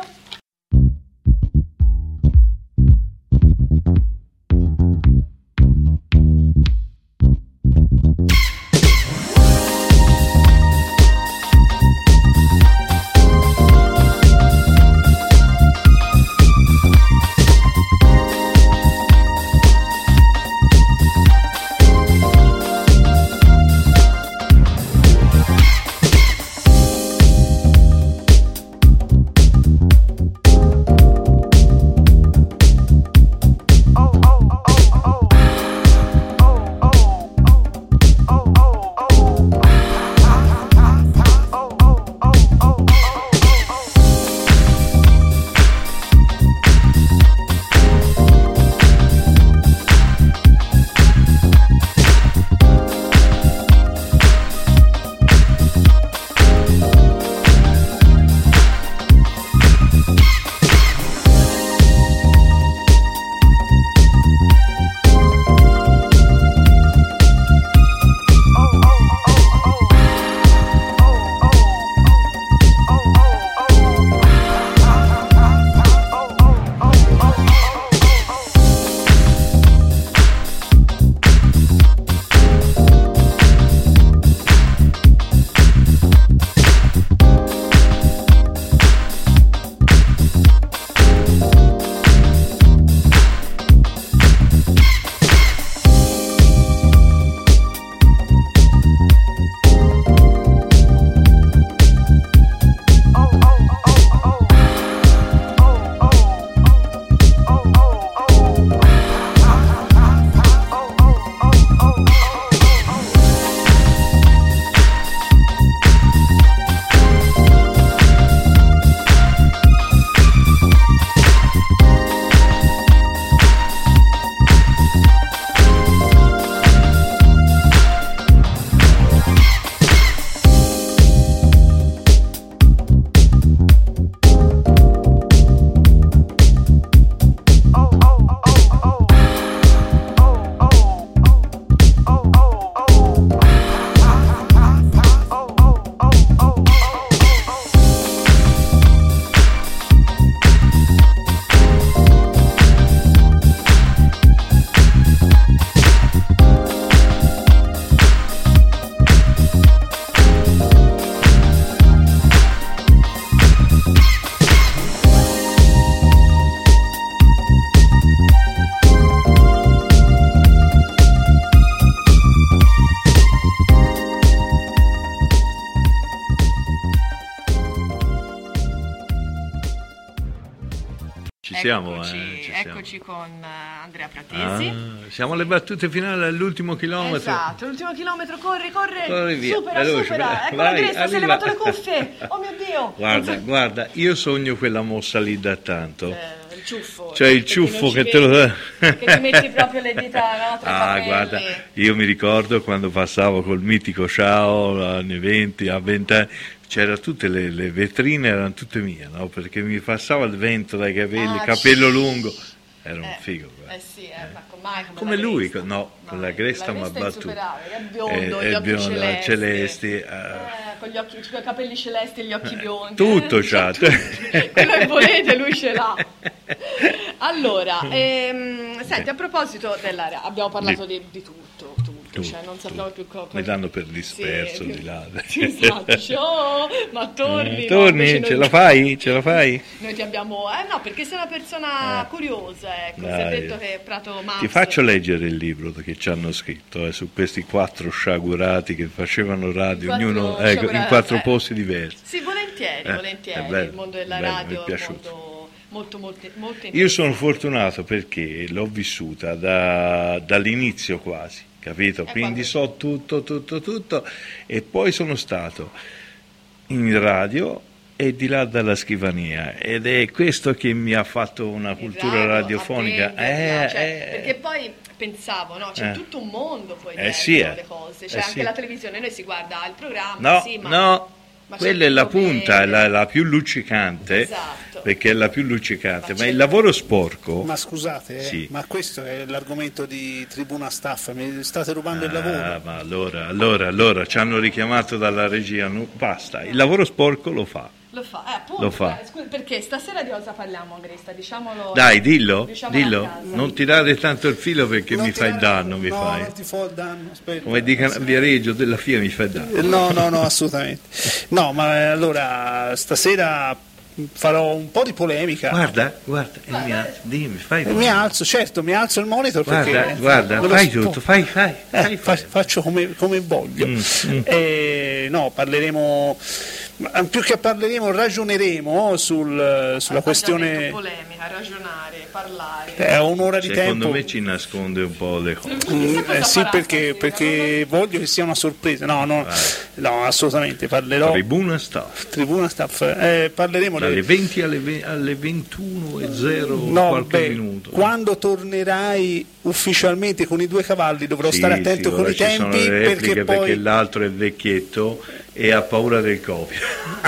siamo, eccoci, eh, ci eccoci siamo. con Andrea Pratesi. Ah, siamo alle battute finali all'ultimo chilometro. Esatto, l'ultimo chilometro, corri, corri, Corri via, supera, veloce, supera. vai, Ecco vai, la Gresta, si è arriva. levato le cuffie. Oh mio Dio. Guarda, Non so- guarda, io sogno quella mossa lì da tanto. Eh, il ciuffo. Cioè il che ciuffo non ci che te lo vedi, dà. che ti metti proprio le dita, no, tra i Ah, capelli. guarda, io mi ricordo quando passavo col mitico Ciao anni venti, a venti anni, c'era tutte le, le vetrine erano tutte mie, no? Perché mi passava il vento dai capelli, Ah, capello sì. lungo, era un Eh, figo. guarda. Eh sì, eh, ma com- mai come, Come la lui, Gresta. no, con la Mai. Gresta mi ha La Gresta è battuto. insuperabile, è biondo, Eh, gli è occhi biondo, celesti, celesti, eh. Eh, con gli occhi, con i capelli celesti e gli occhi biondi. tutto eh, c'ha. tutto. Quello che volete lui ce l'ha. Allora, ehm, senti, a proposito della ra- abbiamo parlato di, di tutto, tutto, Tutto, cioè non sappiamo tutto. più cosa. Mi danno per disperso Sì, di là. sì, esatto, dice, oh, ma torni. Eh, no, invece torni, noi- ce la fai? Ce la fai? Noi ti abbiamo, eh no, perché sei una persona Eh. curiosa, ecco, si è Dai. detto che Prato Maps. Ti faccio leggere il libro che ci hanno scritto eh, su questi quattro sciagurati che facevano radio, Quattro ognuno ecco, in sciagurati, quattro eh. posti diversi. Sì, volentieri, Eh, volentieri. è bello, il mondo della bello, mi radio è è piaciuto. molto, molto, molto, molto Io sono fortunato perché l'ho vissuta da- dall'inizio quasi, capito? Eh, Quindi quando- so tutto, tutto, tutto e poi sono stato in radio e di là dalla scrivania ed è questo che mi ha fatto una in cultura radio, radiofonica. a venderla, Eh, cioè, eh, perché poi pensavo, no, c'è Eh. tutto un mondo poi Eh, dentro sì, eh. le cose, cioè Eh, anche sì. la televisione, noi si guarda il programma, No, sì, ma, no, ma c'è quella è la tutto punta, è bene. la, la più luccicante, Esatto. perché è la più luccicante, Ma ma c'è- il lavoro sporco... Ma scusate, eh, Sì. ma questo è l'argomento di Tribuna Staff, mi state rubando il Ah, lavoro. ma allora, allora, allora, ci hanno richiamato dalla regia, no, basta, il lavoro sporco lo fa. Lo fa, eh, appunto, Lo fa. eh, scusa, perché stasera di cosa parliamo, Gresta? Diciamolo. Dai, dillo, diciamolo a dillo, casa. non tirare tanto il filo perché Non mi ti fai dare- danno, mi no, fai. non ti fa il danno, aspetta. Come dicono a Viareggio della F I A mi fai danno. No, no, no, assolutamente. No, ma eh, allora stasera farò un po' di polemica. Guarda, guarda, e mi alzo, dimmi, fai Eh, Mi alzo, certo, mi alzo il monitor Guarda, perché guarda, ve lo fai spo- tutto, fai, fai, Eh, fai, fa- fai. faccio come, come voglio. Mm, mm. Eh, no, parleremo, ma più che parleremo, ragioneremo sul- sulla Ha già questione. detto polemica, ragionare, parlare. Eh, ho un'ora di Secondo tempo. me ci nasconde un po' le cose. Mm, Chissà cosa eh, sì, farà perché, stasera, perché voglio che sia una sorpresa. No, no, Vai. no, assolutamente. Parlerò. Tribuna Staff. Tribuna Staff. Eh, parleremo Dalle di. venti alle, ve- alle ventuno e zero No, qualche beh, minuto. quando tornerai ufficialmente con i due cavalli dovrò Sì, stare attento sì, con ora i ci sono tempi le repliche perché poi perché l'altro è vecchietto e ha paura del copia.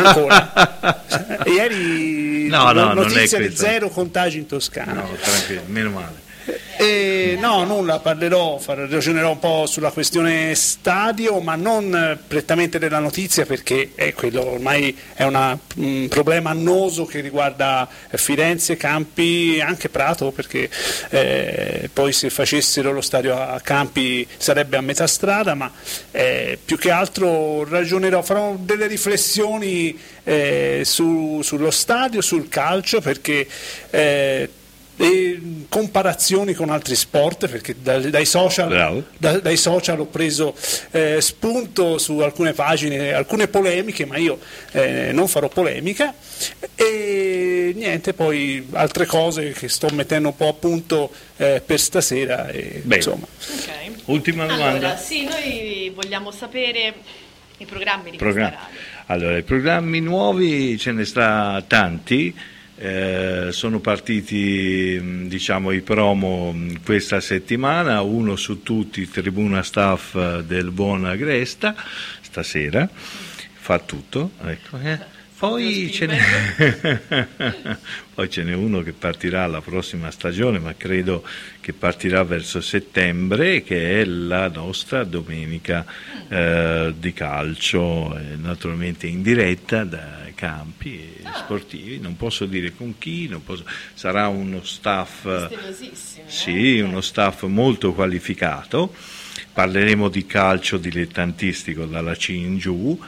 ancora ieri No, no, non è notizia di questo. zero contagi in Toscana. No, tranquillo, meno male. Eh, no, nulla, parlerò, far- ragionerò un po' sulla questione stadio, ma non eh, prettamente della notizia perché è quello ormai è una- un problema annoso che riguarda eh, Firenze, Campi e anche Prato, perché eh, poi se facessero lo stadio a Campi sarebbe a metà strada, ma eh, più che altro ragionerò, farò delle riflessioni eh, su- sullo stadio, sul calcio, perché eh, e comparazioni con altri sport perché dai, dai, social, Bravo. da- dai social ho preso eh, spunto su alcune pagine, alcune polemiche, ma io eh, non farò polemica e niente, poi altre cose che sto mettendo un po' a punto eh, per stasera e, Bene. insomma. Ok. Ultima domanda. Allora, sì, noi vogliamo sapere i programmi di Programmi. questa radio. Allora, i programmi nuovi ce ne sta tanti. Eh, sono partiti mh, diciamo i promo mh, questa settimana, uno su tutti, Tribuna Staff eh, del buon Agresta stasera fa tutto, ecco, eh. Poi ce, n'è... Poi ce n'è uno che partirà la prossima stagione, ma credo che partirà verso settembre, che è la nostra domenica eh, di calcio, eh, naturalmente in diretta dai campi sportivi. Non posso dire con chi, non posso... sarà uno staff, Misteriosissimi, eh? sì, uno staff molto qualificato. Parleremo di calcio dilettantistico dalla C in giù.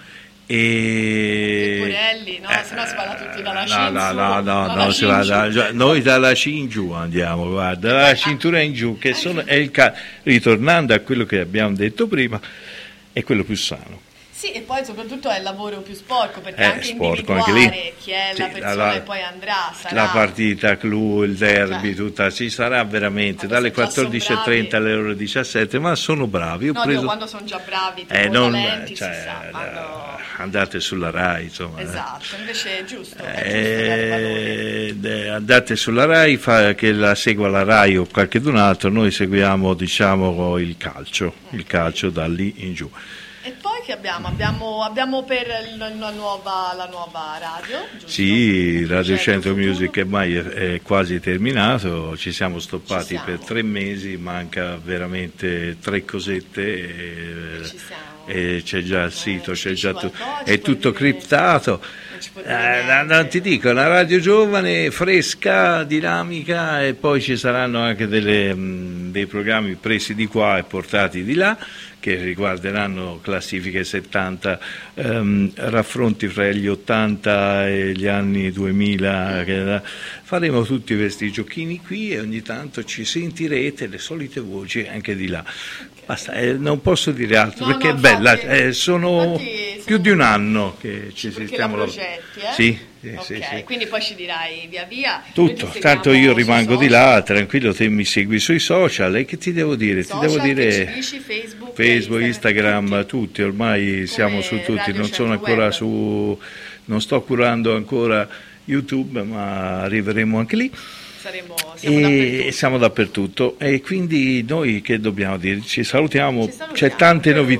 E Purelli, no? Se no si parla tutti dalla no, C in no, su, no, no, dalla no, C si in va giù. da- noi dalla C in giù andiamo, guarda, dalla cintura in giù, che sono, è il ca- ritornando a quello che abbiamo detto prima, è quello più sano. Sì, e poi soprattutto è il lavoro più sporco, perché Eh, anche sporco, individuare anche lì. chi è Sì, la persona la- che poi andrà, sarà... La partita, clou, il derby, Cioè. tutta, ci sarà veramente Ma dalle se già son quattordici e trenta alle ore diciassette, ma sono bravi. Ho No, preso... dico, quando sono già bravi, tipo Eh, non- talenti, cioè, si sa, vanno... andate sulla Rai, insomma. eh. Esatto, invece è giusto, è giusto dare valore. Eh, eh, andate sulla Rai, fa che la segua la Rai o qualcun altro, noi seguiamo, diciamo, il calcio, il calcio da lì in giù. E poi che abbiamo? Abbiamo, abbiamo per il- la nuova, la nuova radio, giusto? Sì, Radio Progetto Centro Futuro. Music ormai è, è quasi terminato, ci siamo stoppati Ci siamo. per tre mesi, manca veramente tre cosette e, Ci siamo. e c'è già il sito, Eh, c'è ci già dici tu- qualcosa, ci è puoi tutto dire- criptato. Non ci puoi dire Eh, niente. non ti dico, è una radio giovane, fresca, dinamica e poi ci saranno anche delle, mh, dei programmi presi di qua e portati di là che riguarderanno classifiche settanta, ehm, raffronti fra gli ottanta e gli anni duemila. Che, faremo tutti questi giochini qui e ogni tanto ci sentirete le solite voci anche di là. Basta, eh, non posso dire altro No, perché no, è bella, infatti- eh, sono infatti più siamo- di un anno che ci Perché stiamo la lavorando. progetti, eh? Sì, sì, Ok, sì, sì. quindi poi ci dirai via via. Noi ti Tutto, seguiamo tanto io sui rimango di social. là, tranquillo, te mi segui sui social e che ti devo dire? Social, ti devo che dire ci dici, Facebook, Facebook, Instagram, tutti. tutti, ormai siamo su tutti, Radio non sono Centro ancora Web. su, non sto curando ancora YouTube, ma arriveremo anche lì. Saremo, siamo E dappertutto. siamo dappertutto e quindi noi che dobbiamo dire? Ci salutiamo, Ci salutiamo, c'è tante per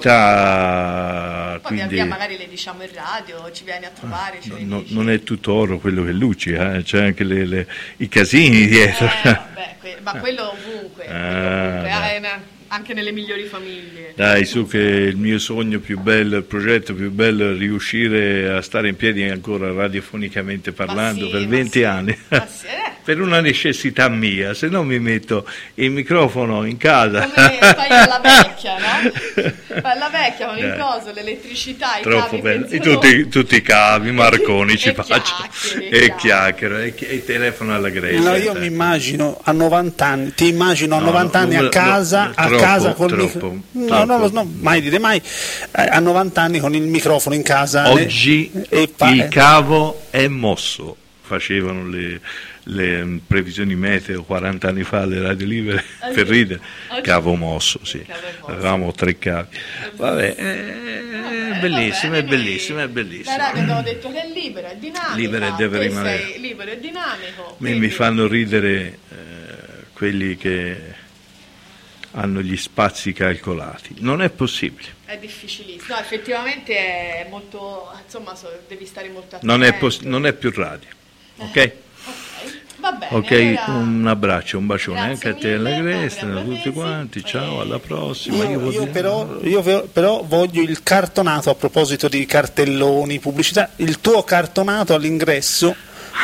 novità, Poi via quindi via magari le diciamo in radio, ci vieni a trovare, ci no- le no- dici. non è tutto oro quello che luci, eh, c'è anche le- le- i casini dietro. Eh, vabbè, que- ma quello ovunque, quello Ah, ovunque, dai. eh, na- anche nelle migliori famiglie. Dai, su che il mio sogno più bello, il progetto più bello è riuscire a stare in piedi ancora radiofonicamente parlando sì, per ma venti sì, anni. ma sì, eh. Per una necessità mia, se no mi metto il microfono in casa. Come fai alla vecchia, no? Fai alla vecchia con il Dai. coso, l'elettricità, i Troppo cavi bello. E penzosi. tutti, tutti i cavi, marconi ci E faccio. chiacchiere, E chiacchiero, e, chi- e telefono alla Grecia. No, io mi immagino a novanta anni, ti immagino a No, novanta no, anni no, a casa, no, a troppo, casa col troppo, microfono. No, troppo. no, no, mai dire mai. Eh, A novanta anni con il microfono in casa. Oggi eh, e pa- il cavo è mosso, facevano le, le mm, previsioni meteo quaranta anni fa alle radio libere Oggi- per ridere, oggi- cavo mosso, sì. Cavo è mosso. Avevamo tre cavi. Vabbè, è Vabbè, bellissimo, va è bene, bellissimo, è noi- bellissimo. La radio abbiamo detto che è libera, è dinamica. Libera e deve te rimanere. sei libero e dinamico. A me quindi- mi fanno ridere eh, quelli che hanno gli spazi calcolati. Non è possibile. È difficilissimo. No, effettivamente è molto, insomma, so- devi stare molto attento. Non è, poss- non è più radio. Ok? Ok, va bene. Ok, allora- un abbraccio, un bacione Grazie anche a te e alla mille, Cresta, a Andrea tutti Borghesi. quanti. Ciao, E- alla prossima. Io, Io voglio- io però, io ve- però voglio il cartonato a proposito di cartelloni, pubblicità, il tuo cartonato all'ingresso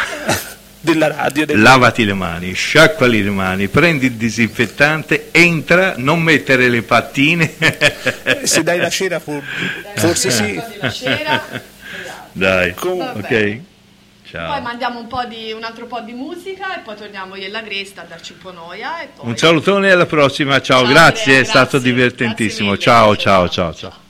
della radio. Del... Lavati le mani, sciacquali le mani, prendi il disinfettante, entra, non mettere le pattine. Se dai la cera for- forse sì. Un po' di la cera. Esatto. Dai, Com- Va ok. bene. Ciao. Poi mandiamo un, po' di, un altro po' di musica e poi torniamo io e la Cresta a darci un po' noia. E poi... Un salutone e alla prossima. Ciao, Ciao, grazie, Andrea, è stato grazie. divertentissimo. Grazie mille. Ciao, ciao, ciao, ciao.